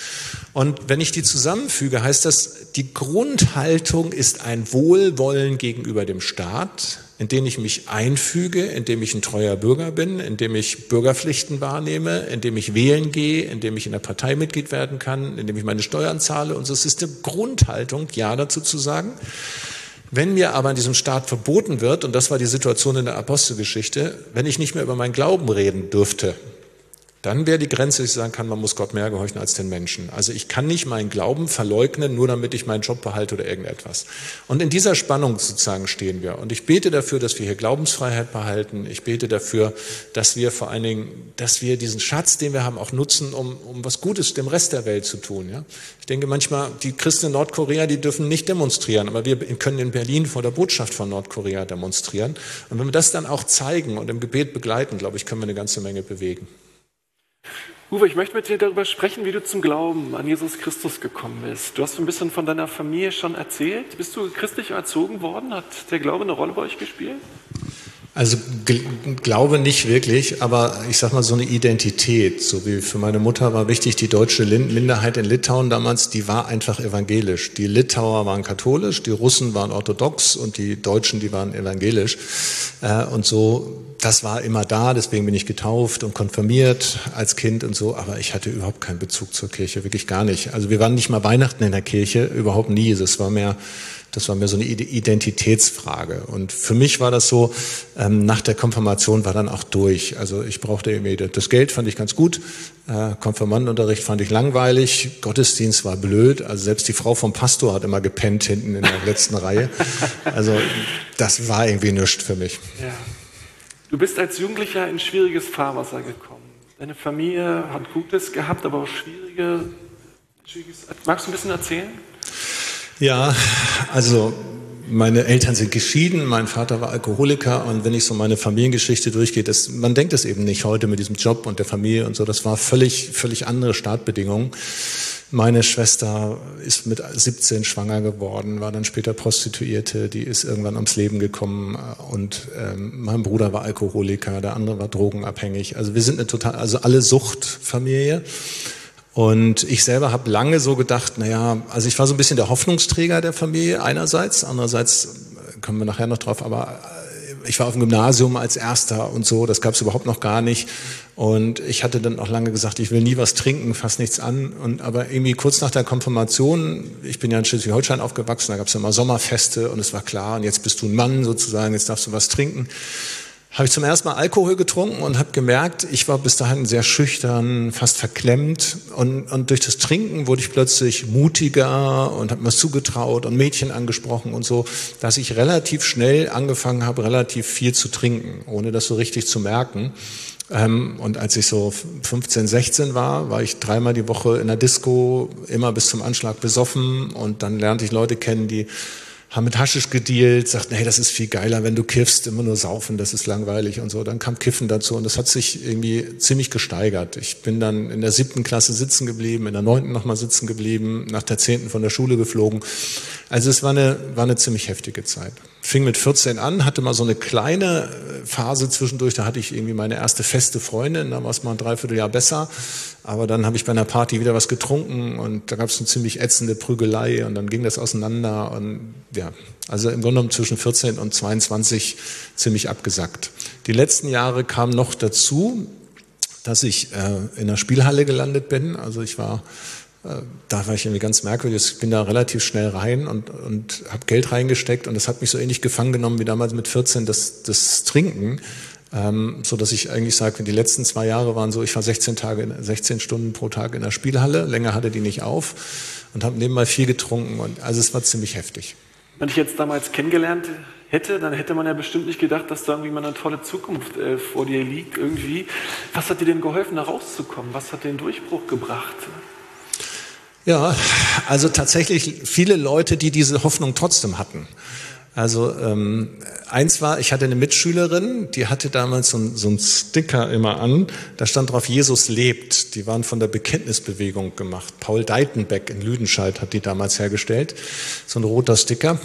Und wenn ich die zusammenfüge, heißt das, die Grundhaltung ist ein Wohlwollen gegenüber dem Staat, in den ich mich einfüge, in dem ich ein treuer Bürger bin, in dem ich Bürgerpflichten wahrnehme, in dem ich wählen gehe, in dem ich in der Partei Mitglied werden kann, in dem ich meine Steuern zahle. Und so ist eine Grundhaltung, Ja dazu zu sagen. Wenn mir aber in diesem Staat verboten wird, und das war die Situation in der Apostelgeschichte, wenn ich nicht mehr über meinen Glauben reden dürfte, dann wäre die Grenze, dass ich sagen kann, man muss Gott mehr gehorchen als den Menschen. Also ich kann nicht meinen Glauben verleugnen, nur damit ich meinen Job behalte oder irgendetwas. Und in dieser Spannung sozusagen stehen wir. Und ich bete dafür, dass wir hier Glaubensfreiheit behalten. Ich bete dafür, dass wir vor allen Dingen, dass wir diesen Schatz, den wir haben, auch nutzen, um, um was Gutes dem Rest der Welt zu tun. Ja? Ich denke manchmal, die Christen in Nordkorea, die dürfen nicht demonstrieren, aber wir können in Berlin vor der Botschaft von Nordkorea demonstrieren. Und wenn wir das dann auch zeigen und im Gebet begleiten, glaube ich, können wir eine ganze Menge bewegen. Uwe, ich möchte mit dir darüber sprechen, wie du zum Glauben an Jesus Christus gekommen bist. Du hast ein bisschen von deiner Familie schon erzählt. Bist du christlich erzogen worden? Hat der Glaube eine Rolle bei euch gespielt? Also Glaube nicht wirklich, aber ich sag mal so eine Identität. So wie für meine Mutter war wichtig, die deutsche Minderheit in Litauen damals, die war einfach evangelisch. Die Litauer waren katholisch, die Russen waren orthodox und die Deutschen, die waren evangelisch. Und so, das war immer da, deswegen bin ich getauft und konfirmiert als Kind und so, aber ich hatte überhaupt keinen Bezug zur Kirche, wirklich gar nicht. Also wir waren nicht mal Weihnachten in der Kirche, überhaupt nie. Das war mehr Das war mir so eine Identitätsfrage. Und für mich war das so, ähm, nach der Konfirmation war dann auch durch. Also ich brauchte irgendwie, das Geld fand ich ganz gut, äh, Konfirmandenunterricht fand ich langweilig, Gottesdienst war blöd. Also selbst die Frau vom Pastor hat immer gepennt hinten in der letzten Reihe. Also das war irgendwie nichts für mich. Ja. Du bist als Jugendlicher in schwieriges Fahrwasser gekommen. Deine Familie hat Gutes gehabt, aber auch schwierige, schwieriges. Magst du ein bisschen erzählen? Ja, also meine Eltern sind geschieden, mein Vater war Alkoholiker und wenn ich so meine Familiengeschichte durchgehe, das, man denkt das eben nicht heute mit diesem Job und der Familie und so, das war völlig, völlig andere Startbedingungen. Meine Schwester ist mit siebzehn schwanger geworden, war dann später Prostituierte, die ist irgendwann ums Leben gekommen und ähm, mein Bruder war Alkoholiker, der andere war drogenabhängig. Also wir sind eine total, also alle Suchtfamilie. Und ich selber habe lange so gedacht, naja, also ich war so ein bisschen der Hoffnungsträger der Familie einerseits, andererseits kommen wir nachher noch drauf, aber ich war auf dem Gymnasium als Erster und so, das gab es überhaupt noch gar nicht. Und ich hatte dann auch lange gesagt, ich will nie was trinken, fass nichts an. Und aber irgendwie kurz nach der Konfirmation, ich bin ja in Schleswig-Holstein aufgewachsen, da gab es immer Sommerfeste und es war klar, und jetzt bist du ein Mann sozusagen, jetzt darfst du was trinken. Habe ich zum ersten Mal Alkohol getrunken und habe gemerkt, ich war bis dahin sehr schüchtern, fast verklemmt und, und durch das Trinken wurde ich plötzlich mutiger und habe mir zugetraut und Mädchen angesprochen und so, dass ich relativ schnell angefangen habe, relativ viel zu trinken, ohne das so richtig zu merken. Und als ich so fünfzehn, sechzehn war, war ich dreimal die Woche in der Disco, immer bis zum Anschlag besoffen und dann lernte ich Leute kennen, die haben mit Haschisch gedealt, sagten, hey, das ist viel geiler, wenn du kiffst, immer nur saufen, das ist langweilig und so. Dann kam Kiffen dazu und das hat sich irgendwie ziemlich gesteigert. Ich bin dann in der siebten Klasse sitzen geblieben, in der neunten nochmal sitzen geblieben, nach der zehnten von der Schule geflogen. Also es war eine, war eine ziemlich heftige Zeit. fing mit vierzehn an, hatte mal so eine kleine Phase zwischendurch, da hatte ich irgendwie meine erste feste Freundin, da war es mal ein Dreivierteljahr besser. Aber dann habe ich bei einer Party wieder was getrunken und da gab es eine ziemlich ätzende Prügelei und dann ging das auseinander. Und ja, also im Grunde genommen zwischen vierzehn und zweiundzwanzig ziemlich abgesackt. Die letzten Jahre kam noch dazu, dass ich äh, in der Spielhalle gelandet bin. Also ich war, äh, da war ich irgendwie ganz merkwürdig. Ich bin da relativ schnell rein und, und habe Geld reingesteckt und das hat mich so ähnlich gefangen genommen wie damals mit vierzehn das, das Trinken. Ähm, so dass ich eigentlich sage, die letzten zwei Jahre waren so, ich war sechzehn Tage, sechzehn Stunden pro Tag in der Spielhalle. Länger hatte die nicht auf und habe nebenbei viel getrunken und also es war ziemlich heftig. Wenn ich jetzt damals kennengelernt hätte, dann hätte man ja bestimmt nicht gedacht, dass da irgendwie mal eine tolle Zukunft äh, vor dir liegt irgendwie. Was hat dir denn geholfen, da rauszukommen? Was hat den Durchbruch gebracht? Ja, also tatsächlich viele Leute, die diese Hoffnung trotzdem hatten. Also ähm, eins war, ich hatte eine Mitschülerin, die hatte damals so ein, so ein Sticker immer an, da stand drauf, Jesus lebt. Die waren von der Bekenntnisbewegung gemacht. Paul Deitenbeck in Lüdenscheid hat die damals hergestellt. So ein roter Sticker,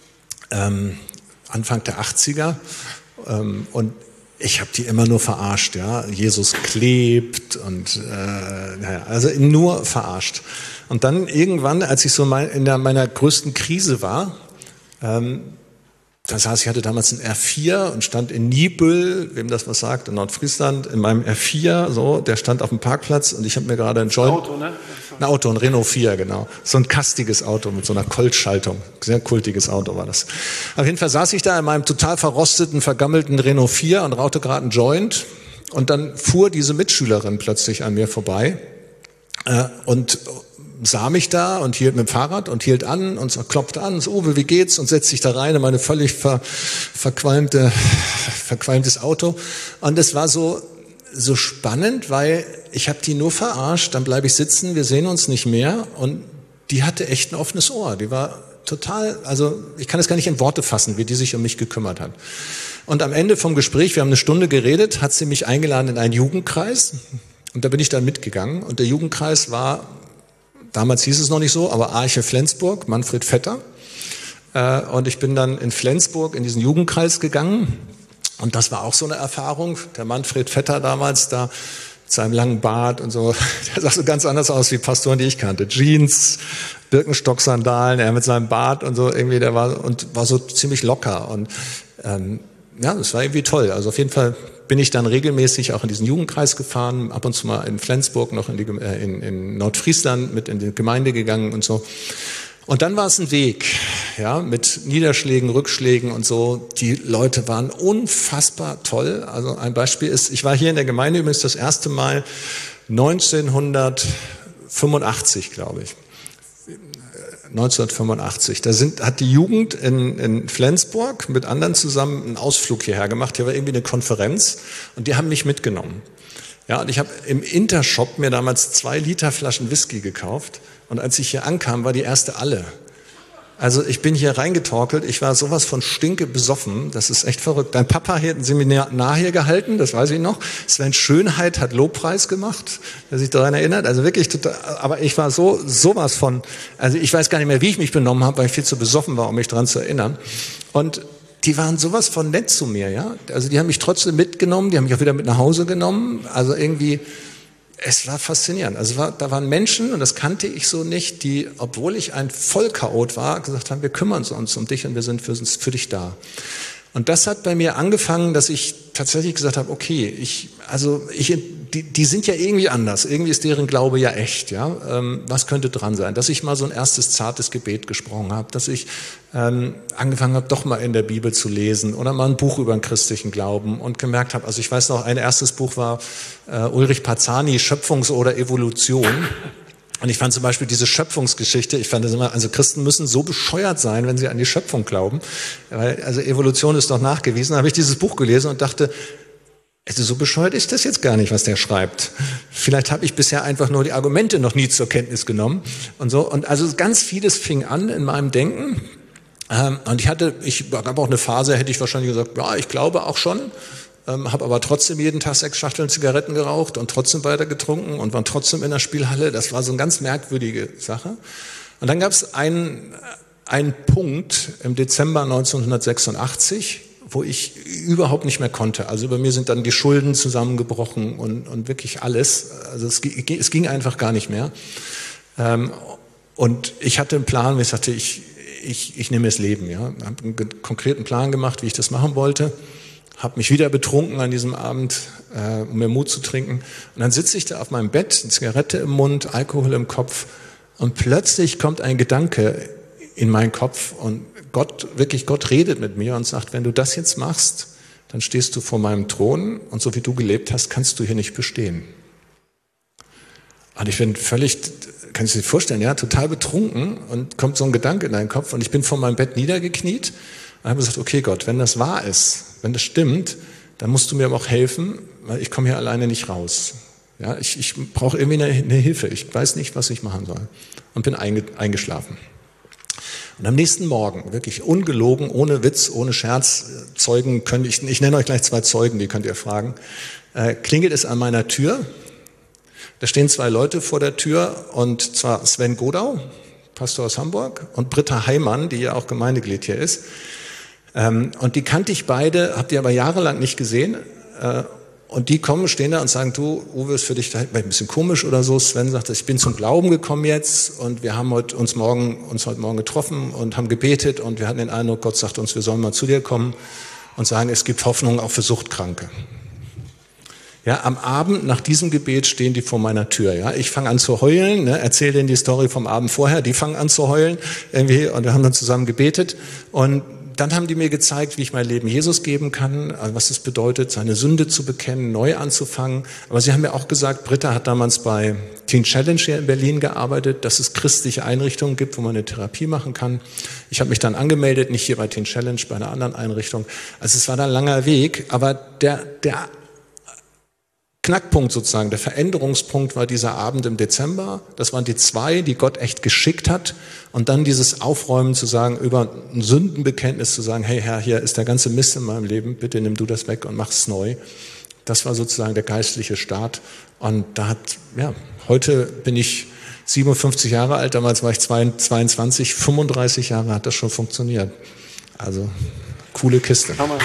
ähm, Anfang der achtziger. Ähm, und ich habe die immer nur verarscht, ja. Jesus klebt und äh, naja, also nur verarscht. Und dann irgendwann, als ich so mein, in der, meiner größten Krise war, Ähm, das heißt, ich hatte damals einen R vier und stand in Niebüll, wem das was sagt, in Nordfriesland, in meinem R vier, so, der stand auf dem Parkplatz und ich habe mir gerade ein Joint, Auto, ne? ein Auto, ein Renault vier, genau, so ein kastiges Auto mit so einer Colt-Schaltung, sehr kultiges Auto war das. Auf jeden Fall saß ich da in meinem total verrosteten, vergammelten Renault vier und rauchte gerade einen Joint und dann fuhr diese Mitschülerin plötzlich an mir vorbei äh, und sah mich da und hielt mit dem Fahrrad und hielt an und so, klopfte an, so, Uwe, wie geht's? Und setzte sich da rein in meine völlig ver, verqualmte, verqualmtes Auto. Und es war so, so spannend, weil ich habe die nur verarscht, dann bleibe ich sitzen, wir sehen uns nicht mehr. Und die hatte echt ein offenes Ohr. Die war total, also ich kann es gar nicht in Worte fassen, wie die sich um mich gekümmert hat. Und am Ende vom Gespräch, wir haben eine Stunde geredet, hat sie mich eingeladen in einen Jugendkreis. Und da bin ich dann mitgegangen. Und der Jugendkreis war, damals hieß es noch nicht so, aber Arche Flensburg, Manfred Vetter. Äh, und ich bin dann in Flensburg in diesen Jugendkreis gegangen. Und das war auch so eine Erfahrung. Der Manfred Vetter damals da mit seinem langen Bart und so, der sah so ganz anders aus wie Pastoren, die ich kannte. Jeans, Birkenstock-Sandalen, er mit seinem Bart und so irgendwie, der war und war so ziemlich locker. Und ähm, ja, das war irgendwie toll. Also auf jeden Fall bin ich dann regelmäßig auch in diesen Jugendkreis gefahren, ab und zu mal in Flensburg, noch in, die, äh, in, in Nordfriesland mit in die Gemeinde gegangen und so. Und dann war es ein Weg, ja, mit Niederschlägen, Rückschlägen und so. Die Leute waren unfassbar toll. Also ein Beispiel ist, ich war hier in der Gemeinde übrigens das erste Mal neunzehnhundertfünfundachtzig, glaube ich. neunzehnhundertfünfundachtzig. Da sind, hat die Jugend in, in Flensburg mit anderen zusammen einen Ausflug hierher gemacht. Hier war irgendwie eine Konferenz und die haben mich mitgenommen. Ja, und ich habe im Intershop mir damals zwei Liter Flaschen Whisky gekauft und als ich hier ankam, war die erste alle. Also ich bin hier reingetorkelt, ich war sowas von stinke besoffen, das ist echt verrückt. Dein Papa hat ein Seminar hier gehalten, das weiß ich noch. Sven Schönheit hat Lobpreis gemacht, wer sich daran erinnert. Also wirklich total, aber ich war so sowas von, also ich weiß gar nicht mehr, wie ich mich benommen habe, weil ich viel zu besoffen war, um mich daran zu erinnern. Und die waren sowas von nett zu mir, ja. Also die haben mich trotzdem mitgenommen, die haben mich auch wieder mit nach Hause genommen. Also irgendwie, es war faszinierend. Also war, da waren Menschen, und das kannte ich so nicht, die, obwohl ich ein Vollchaot war, gesagt haben, wir kümmern uns um dich und wir sind für, für dich da. Und das hat bei mir angefangen, dass ich tatsächlich gesagt habe, okay, ich, also ich, die, die sind ja irgendwie anders. Irgendwie ist deren Glaube ja echt, ja. Ähm, was könnte dran sein? Dass ich mal so ein erstes zartes Gebet gesprochen habe, dass ich ähm, angefangen habe, doch mal in der Bibel zu lesen oder mal ein Buch über den christlichen Glauben und gemerkt habe, also ich weiß noch, ein erstes Buch war äh, Ulrich Parzani, Schöpfungs- oder Evolution. Und ich fand zum Beispiel diese Schöpfungsgeschichte, ich fand das immer, also Christen müssen so bescheuert sein, wenn sie an die Schöpfung glauben. Weil, also Evolution ist doch nachgewiesen. Da habe ich dieses Buch gelesen und dachte, also so bescheuert ist das jetzt gar nicht, was der schreibt. Vielleicht habe ich bisher einfach nur die Argumente noch nie zur Kenntnis genommen und so. Und also ganz vieles fing an in meinem Denken. Und ich hatte, ich gab auch eine Phase, hätte ich wahrscheinlich gesagt, ja, ich glaube auch schon. Ähm, habe aber trotzdem jeden Tag sechs Schachteln Zigaretten geraucht und trotzdem weiter getrunken und war trotzdem in der Spielhalle. Das war so eine ganz merkwürdige Sache. Und dann gab es einen, einen Punkt im Dezember neunzehnhundertsechsundachtzig, wo ich überhaupt nicht mehr konnte. Also bei mir sind dann die Schulden zusammengebrochen und, und wirklich alles. Also es, es ging einfach gar nicht mehr. Ähm, und ich hatte einen Plan, wo ich sagte, ich, ich, ich nehme das Leben. Ja, habe einen konkreten Plan gemacht, wie ich das machen wollte. Habe mich wieder betrunken an diesem Abend, äh, um mir Mut zu trinken. Und dann sitze ich da auf meinem Bett, eine Zigarette im Mund, Alkohol im Kopf. Und plötzlich kommt ein Gedanke in meinen Kopf und Gott, wirklich Gott redet mit mir und sagt, wenn du das jetzt machst, dann stehst du vor meinem Thron und so wie du gelebt hast, kannst du hier nicht bestehen. Und ich bin völlig, kannst du dir vorstellen, ja, total betrunken und kommt so ein Gedanke in deinen Kopf und ich bin vor meinem Bett niedergekniet und habe gesagt, okay Gott, wenn das wahr ist, wenn das stimmt, dann musst du mir aber auch helfen, weil ich komme hier alleine nicht raus. Ja, ich, ich brauche irgendwie eine, eine Hilfe, ich weiß nicht, was ich machen soll und bin einge, eingeschlafen. Und am nächsten Morgen, wirklich ungelogen, ohne Witz, ohne Scherz, Zeugen können, ich, ich nenne euch gleich zwei Zeugen, die könnt ihr fragen, äh, klingelt es an meiner Tür. Da stehen zwei Leute vor der Tür und zwar Sven Godau, Pastor aus Hamburg, und Britta Heimann, die ja auch Gemeindeglied hier ist. Ähm, und die kannte ich beide, habt ihr aber jahrelang nicht gesehen. Äh, Und die kommen, stehen da und sagen, du, Uwe, ist für dich da ein bisschen komisch oder so. Sven sagt, ich bin zum Glauben gekommen jetzt und wir haben heute uns morgen, uns heute Morgen getroffen und haben gebetet und wir hatten den Eindruck, Gott sagt uns, wir sollen mal zu dir kommen und sagen, es gibt Hoffnung auch für Suchtkranke. Ja, am Abend nach diesem Gebet stehen die vor meiner Tür. Ja, ich fange an zu heulen, ne, erzähle denen die Story vom Abend vorher. Die fangen an zu heulen irgendwie und wir haben dann zusammen gebetet und dann haben die mir gezeigt, wie ich mein Leben Jesus geben kann, was es bedeutet, seine Sünde zu bekennen, neu anzufangen. Aber sie haben mir auch gesagt, Britta hat damals bei Teen Challenge hier in Berlin gearbeitet, dass es christliche Einrichtungen gibt, wo man eine Therapie machen kann. Ich habe mich dann angemeldet, nicht hier bei Teen Challenge, bei einer anderen Einrichtung. Also es war dann ein langer Weg, aber der, der Knackpunkt sozusagen, der Veränderungspunkt war dieser Abend im Dezember. Das waren die zwei, die Gott echt geschickt hat. Und dann dieses Aufräumen zu sagen, über ein Sündenbekenntnis zu sagen, hey Herr, hier ist der ganze Mist in meinem Leben, bitte nimm du das weg und mach es neu. Das war sozusagen der geistliche Start. Und da hat, ja, heute bin ich siebenundfünfzig Jahre alt, damals war ich zweiundzwanzig, fünfunddreißig Jahre hat das schon funktioniert. Also, coole Kiste. Hammer.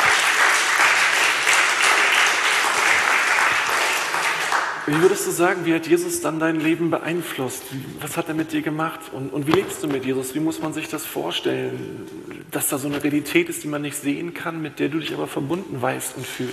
Wie würdest du sagen, wie hat Jesus dann dein Leben beeinflusst? Was hat er mit dir gemacht? Und, und wie lebst du mit Jesus? Wie muss man sich das vorstellen? Dass da so eine Realität ist, die man nicht sehen kann, mit der du dich aber verbunden weißt und fühlst?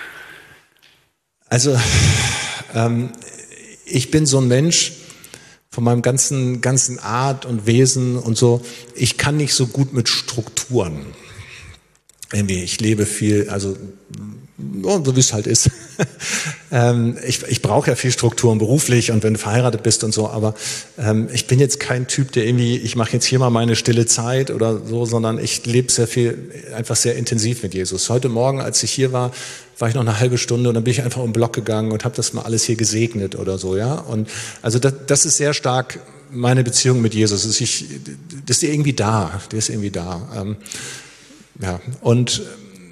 Also, ähm, ich bin so ein Mensch von meinem ganzen, ganzen Art und Wesen und so. Ich kann nicht so gut mit Strukturen. Irgendwie, ich lebe viel, also so wie es halt ist. ähm, ich ich brauche ja viel Strukturen beruflich und wenn du verheiratet bist und so, aber ähm, ich bin jetzt kein Typ, der irgendwie, ich mache jetzt hier mal meine stille Zeit oder so, sondern ich lebe sehr viel, einfach sehr intensiv mit Jesus. Heute Morgen, als ich hier war, war ich noch eine halbe Stunde und dann bin ich einfach um den Block gegangen und habe das mal alles hier gesegnet oder so, ja. Und also das, das ist sehr stark meine Beziehung mit Jesus. Das ist, ich, das ist irgendwie da, der ist irgendwie da. Ähm, ja, und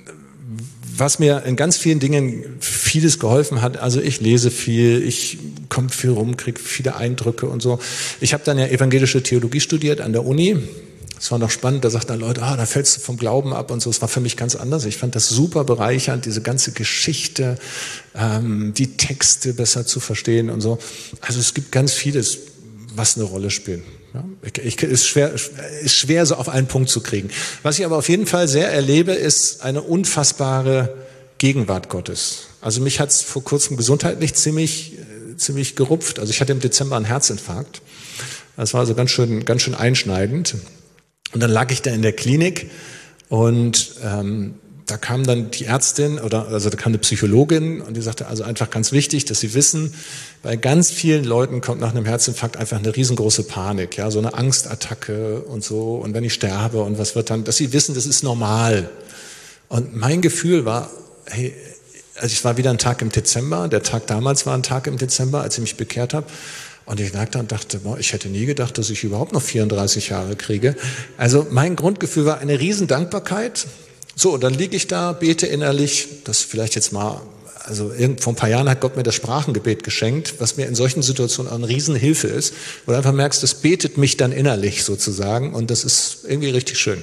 was mir in ganz vielen Dingen vieles geholfen hat, also ich lese viel, ich komme viel rum, kriege viele Eindrücke und so. Ich habe dann ja evangelische Theologie studiert an der Uni. Es war noch spannend, da sagten dann Leute, ah, da fällst du vom Glauben ab und so. Es war für mich ganz anders. Ich fand das super bereichernd, diese ganze Geschichte, ähm, die Texte besser zu verstehen und so. Also es gibt ganz vieles, was eine Rolle spielt. Ja, ich, ist schwer, ist schwer so auf einen Punkt zu kriegen. Was ich aber auf jeden Fall sehr erlebe, ist eine unfassbare Gegenwart Gottes. Also mich hat es vor kurzem gesundheitlich ziemlich, ziemlich gerupft. Also ich hatte im Dezember einen Herzinfarkt. Das war also ganz schön, ganz schön einschneidend. Und dann lag ich da in der Klinik und ähm, da kam dann die Ärztin oder also da kam eine Psychologin und die sagte, also einfach ganz wichtig, dass Sie wissen, bei ganz vielen Leuten kommt nach einem Herzinfarkt einfach eine riesengroße Panik, ja, so eine Angstattacke und so und wenn ich sterbe und was wird dann, dass Sie wissen, das ist normal. Und mein Gefühl war, hey, also ich war wieder ein Tag im Dezember, der Tag damals war ein Tag im Dezember, als ich mich bekehrt habe. Und ich lag da und dachte, boah, ich hätte nie gedacht, dass ich überhaupt noch vierunddreißig Jahre kriege. Also mein Grundgefühl war eine riesen Dankbarkeit. So, dann liege ich da, bete innerlich, das vielleicht jetzt mal also irgend, vor ein paar Jahren hat Gott mir das Sprachengebet geschenkt, was mir in solchen Situationen auch eine Riesenhilfe ist, wo du einfach merkst, das betet mich dann innerlich sozusagen und das ist irgendwie richtig schön.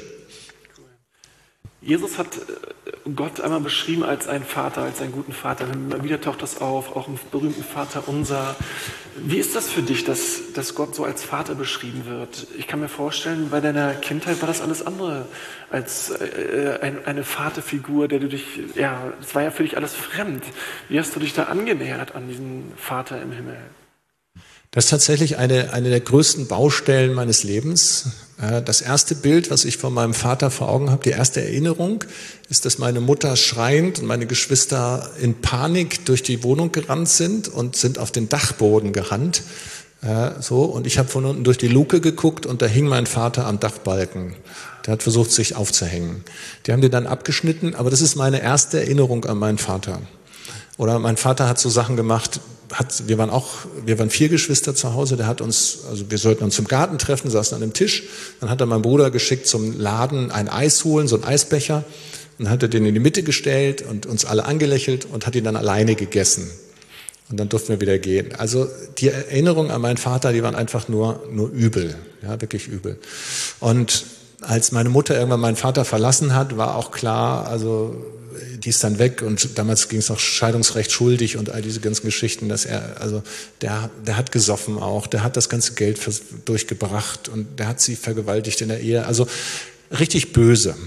Jesus hat Gott einmal beschrieben als einen Vater, als einen guten Vater. Immer wieder taucht das auf, auch im berühmten Vater unser. Wie ist das für dich, dass, dass Gott so als Vater beschrieben wird? Ich kann mir vorstellen, bei deiner Kindheit war das alles andere als äh, ein, eine Vaterfigur, der du dich, ja, das war ja für dich alles fremd. Wie hast du dich da angenähert an diesen Vater im Himmel? Das ist tatsächlich eine, eine der größten Baustellen meines Lebens. Das erste Bild, was ich von meinem Vater vor Augen habe, die erste Erinnerung, ist, dass meine Mutter schreiend und meine Geschwister in Panik durch die Wohnung gerannt sind und sind auf den Dachboden gerannt. So, und ich habe von unten durch die Luke geguckt und da hing mein Vater am Dachbalken. Der hat versucht, sich aufzuhängen. Die haben den dann abgeschnitten, aber das ist meine erste Erinnerung an meinen Vater. Oder mein Vater hat so Sachen gemacht, hat, wir waren auch, wir waren vier Geschwister zu Hause, der hat uns, also wir sollten uns im Garten treffen, saßen an einem Tisch, dann hat er meinen Bruder geschickt zum Laden ein Eis holen, so ein Eisbecher, und hat er den in die Mitte gestellt und uns alle angelächelt und hat ihn dann alleine gegessen. Und dann durften wir wieder gehen. Also die Erinnerungen an meinen Vater, die waren einfach nur, nur übel, ja, wirklich übel. Und als meine Mutter irgendwann meinen Vater verlassen hat, war auch klar, also die ist dann weg und damals ging es noch Scheidungsrecht schuldig und all diese ganzen Geschichten, dass er, also der, der hat gesoffen auch, der hat das ganze Geld für, durchgebracht und der hat sie vergewaltigt in der Ehe, also richtig böse.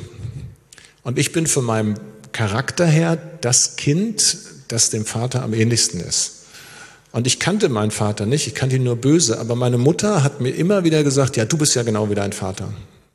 Und ich bin von meinem Charakter her das Kind, das dem Vater am ähnlichsten ist. Und ich kannte meinen Vater nicht, ich kannte ihn nur böse, aber meine Mutter hat mir immer wieder gesagt, ja, du bist ja genau wie dein Vater.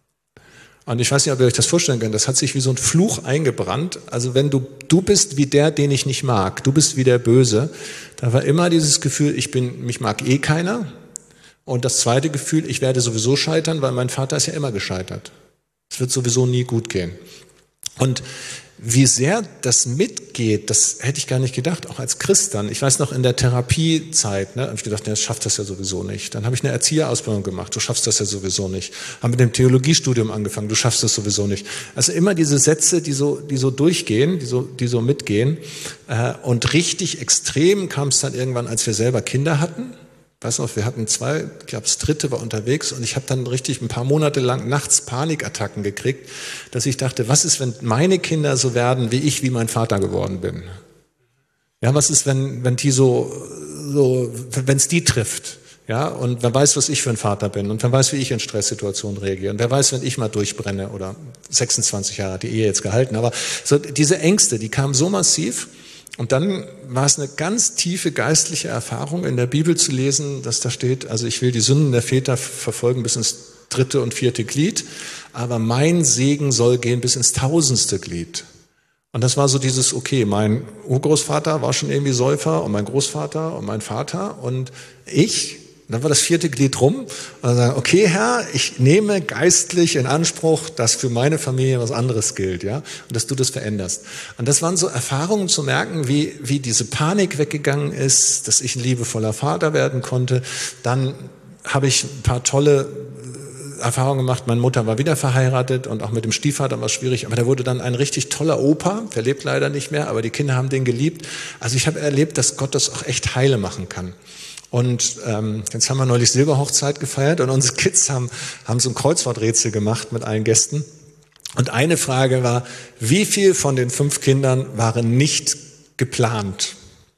Und ich weiß nicht, ob ihr euch das vorstellen könnt, das hat sich wie so ein Fluch eingebrannt. Also wenn du, du bist wie der, den ich nicht mag, du bist wie der Böse, da war immer dieses Gefühl, ich bin, mich mag eh keiner. Und das zweite Gefühl, ich werde sowieso scheitern, weil mein Vater ist ja immer gescheitert. Es wird sowieso nie gut gehen. Und wie sehr das mitgeht, das hätte ich gar nicht gedacht, auch als Christ dann. Ich weiß noch, in der Therapiezeit, ne, habe ich gedacht, ne, das schafft das ja sowieso nicht. Dann habe ich eine Erzieherausbildung gemacht, du schaffst das ja sowieso nicht. Habe mit dem Theologiestudium angefangen, du schaffst das sowieso nicht. Also immer diese Sätze, die so, die so durchgehen, die so, die so mitgehen. Äh, und richtig extrem kam es dann irgendwann, als wir selber Kinder hatten. Weißt du, wir hatten zwei, ich glaube, das dritte war unterwegs und ich habe dann richtig ein paar Monate lang nachts Panikattacken gekriegt, dass ich dachte, was ist, wenn meine Kinder so werden, wie ich, wie mein Vater geworden bin? Ja, was ist, wenn, wenn die so, so, wenn es die trifft? Ja, und wer weiß, was ich für ein Vater bin und wer weiß, wie ich in Stresssituationen reagiere und wer weiß, wenn ich mal durchbrenne oder sechsundzwanzig Jahre hat die Ehe jetzt gehalten, aber so diese Ängste, die kamen so massiv. Und dann war es eine ganz tiefe geistliche Erfahrung, in der Bibel zu lesen, dass da steht, also ich will die Sünden der Väter verfolgen bis ins dritte und vierte Glied, aber mein Segen soll gehen bis ins tausendste Glied. Und das war so dieses, okay, mein Urgroßvater war schon irgendwie Säufer und mein Großvater und mein Vater und ich, dann war das vierte Glied rum und dann sagen, okay Herr, ich nehme geistlich in Anspruch, dass für meine Familie was anderes gilt, ja, und dass du das veränderst. Und das waren so Erfahrungen zu merken, wie, wie diese Panik weggegangen ist, dass ich ein liebevoller Vater werden konnte. Dann habe ich ein paar tolle Erfahrungen gemacht. Meine Mutter war wieder verheiratet und auch mit dem Stiefvater war es schwierig, aber der wurde dann ein richtig toller Opa, der lebt leider nicht mehr, aber die Kinder haben den geliebt. Also ich habe erlebt, dass Gott das auch echt heile machen kann. Und ähm, jetzt haben wir neulich Silberhochzeit gefeiert und unsere Kids haben, haben so ein Kreuzworträtsel gemacht mit allen Gästen. Und eine Frage war, wie viel von den fünf Kindern waren nicht geplant?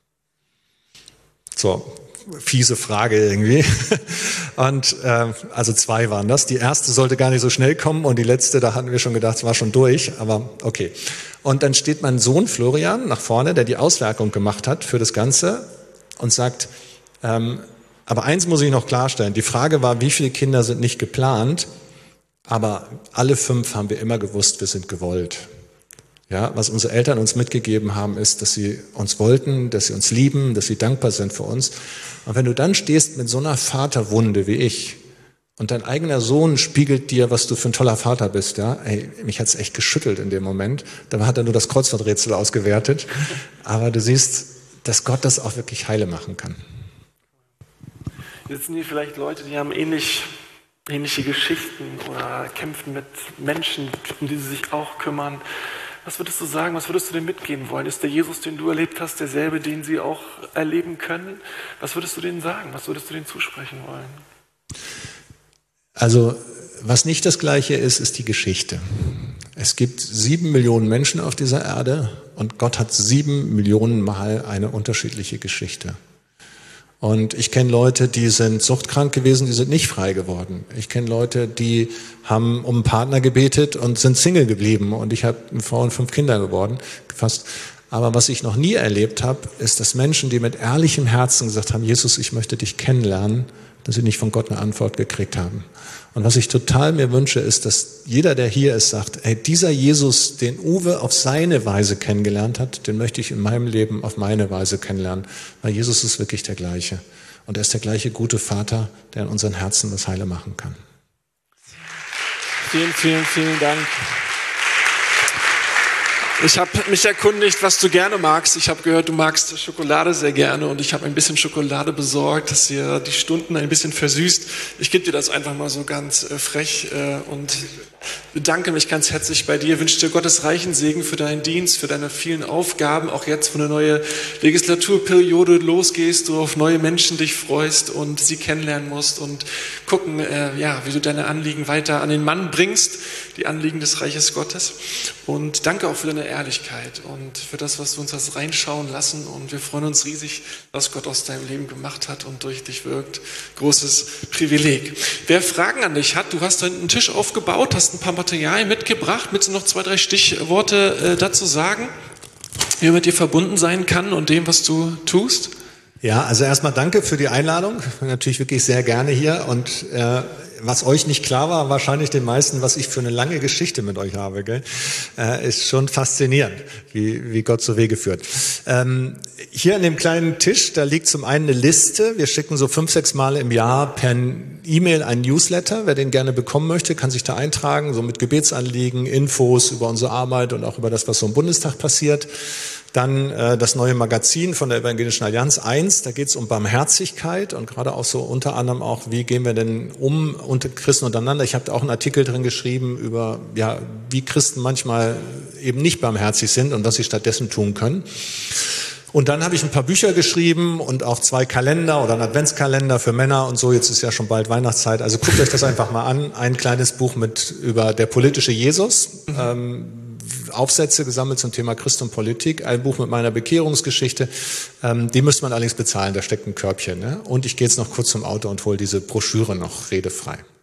So, fiese Frage irgendwie. Und äh, also zwei waren das. Die erste sollte gar nicht so schnell kommen und die letzte, da hatten wir schon gedacht, es war schon durch, aber okay. Und dann steht mein Sohn Florian nach vorne, der die Auswertung gemacht hat für das Ganze und sagt, Ähm, aber eins muss ich noch klarstellen. Die Frage war, wie viele Kinder sind nicht geplant, aber alle fünf haben wir immer gewusst, wir sind gewollt. Ja, was unsere Eltern uns mitgegeben haben, ist, dass sie uns wollten, dass sie uns lieben, dass sie dankbar sind für uns. Und wenn du dann stehst mit so einer Vaterwunde wie ich und dein eigener Sohn spiegelt dir, was du für ein toller Vater bist, ja, ey, mich hat's echt geschüttelt in dem Moment. Da hat er nur das Kreuzworträtsel ausgewertet. Aber du siehst, dass Gott das auch wirklich heile machen kann. Jetzt sitzen hier vielleicht Leute, die haben ähnlich, ähnliche Geschichten oder kämpfen mit Menschen, um die sie sich auch kümmern. Was würdest du sagen, was würdest du denen mitgehen wollen? Ist der Jesus, den du erlebt hast, derselbe, den sie auch erleben können? Was würdest du denen sagen? Was würdest du denen zusprechen wollen? Also, was nicht das Gleiche ist, ist die Geschichte. Es gibt sieben Millionen Menschen auf dieser Erde und Gott hat sieben Millionen Mal eine unterschiedliche Geschichte. Und ich kenne Leute, die sind suchtkrank gewesen, die sind nicht frei geworden. Ich kenne Leute, die haben um einen Partner gebetet und sind Single geblieben. Und ich habe eine Frau und fünf Kinder geworden, fast. Aber was ich noch nie erlebt habe, ist, dass Menschen, die mit ehrlichem Herzen gesagt haben, Jesus, ich möchte dich kennenlernen, dass sie nicht von Gott eine Antwort gekriegt haben. Und was ich total mir wünsche, ist, dass jeder, der hier ist, sagt, hey, dieser Jesus, den Uwe auf seine Weise kennengelernt hat, den möchte ich in meinem Leben auf meine Weise kennenlernen. Weil Jesus ist wirklich der Gleiche. Und er ist der gleiche gute Vater, der in unseren Herzen das Heile machen kann. Vielen, vielen, vielen Dank. Ich habe mich erkundigt, was du gerne magst. Ich habe gehört, du magst Schokolade sehr gerne und ich habe ein bisschen Schokolade besorgt, dass ihr die Stunden ein bisschen versüßt. Ich gebe dir das einfach mal so ganz äh, frech äh, und bedanke mich ganz herzlich bei dir. Wünsche dir Gottes reichen Segen für deinen Dienst, für deine vielen Aufgaben. Auch jetzt, wo eine neue Legislaturperiode losgehst, du auf neue Menschen dich freust und sie kennenlernen musst und gucken, äh, ja, wie du deine Anliegen weiter an den Mann bringst, die Anliegen des Reiches Gottes. Und danke auch für deine Ehrlichkeit und für das, was du uns hast reinschauen lassen. Und wir freuen uns riesig, was Gott aus deinem Leben gemacht hat und durch dich wirkt. Großes Privileg. Wer Fragen an dich hat, du hast einen Tisch aufgebaut, hast ein paar Materialien mitgebracht. Willst du noch zwei, drei Stichworte äh, dazu sagen, wie man mit dir verbunden sein kann und dem, was du tust? Ja, also erstmal danke für die Einladung. Ich bin natürlich wirklich sehr gerne hier und äh, was euch nicht klar war, wahrscheinlich den meisten, was ich für eine lange Geschichte mit euch habe, gell? Äh, ist schon faszinierend, wie, wie Gott so Wege führt. Ähm, hier an dem kleinen Tisch, da liegt zum einen eine Liste. Wir schicken so fünf, sechs Mal im Jahr per E-Mail einen Newsletter. Wer den gerne bekommen möchte, kann sich da eintragen, so mit Gebetsanliegen, Infos über unsere Arbeit und auch über das, was so im Bundestag passiert. Dann äh, das neue Magazin von der Evangelischen Allianz eins, da geht es um Barmherzigkeit und gerade auch so unter anderem auch, wie gehen wir denn um unter Christen untereinander. Ich habe da auch einen Artikel drin geschrieben über, ja, wie Christen manchmal eben nicht barmherzig sind und was sie stattdessen tun können. Und dann habe ich ein paar Bücher geschrieben und auch zwei Kalender oder einen Adventskalender für Männer und so. Jetzt ist ja schon bald Weihnachtszeit, also guckt euch das einfach mal an. Ein kleines Buch mit über der politische Jesus. Mhm. Ähm, Aufsätze gesammelt zum Thema Christ und Politik, ein Buch mit meiner Bekehrungsgeschichte, ähm, die müsste man allerdings bezahlen, da steckt ein Körbchen. Ne? Und ich gehe jetzt noch kurz zum Auto und hole diese Broschüre noch redefrei.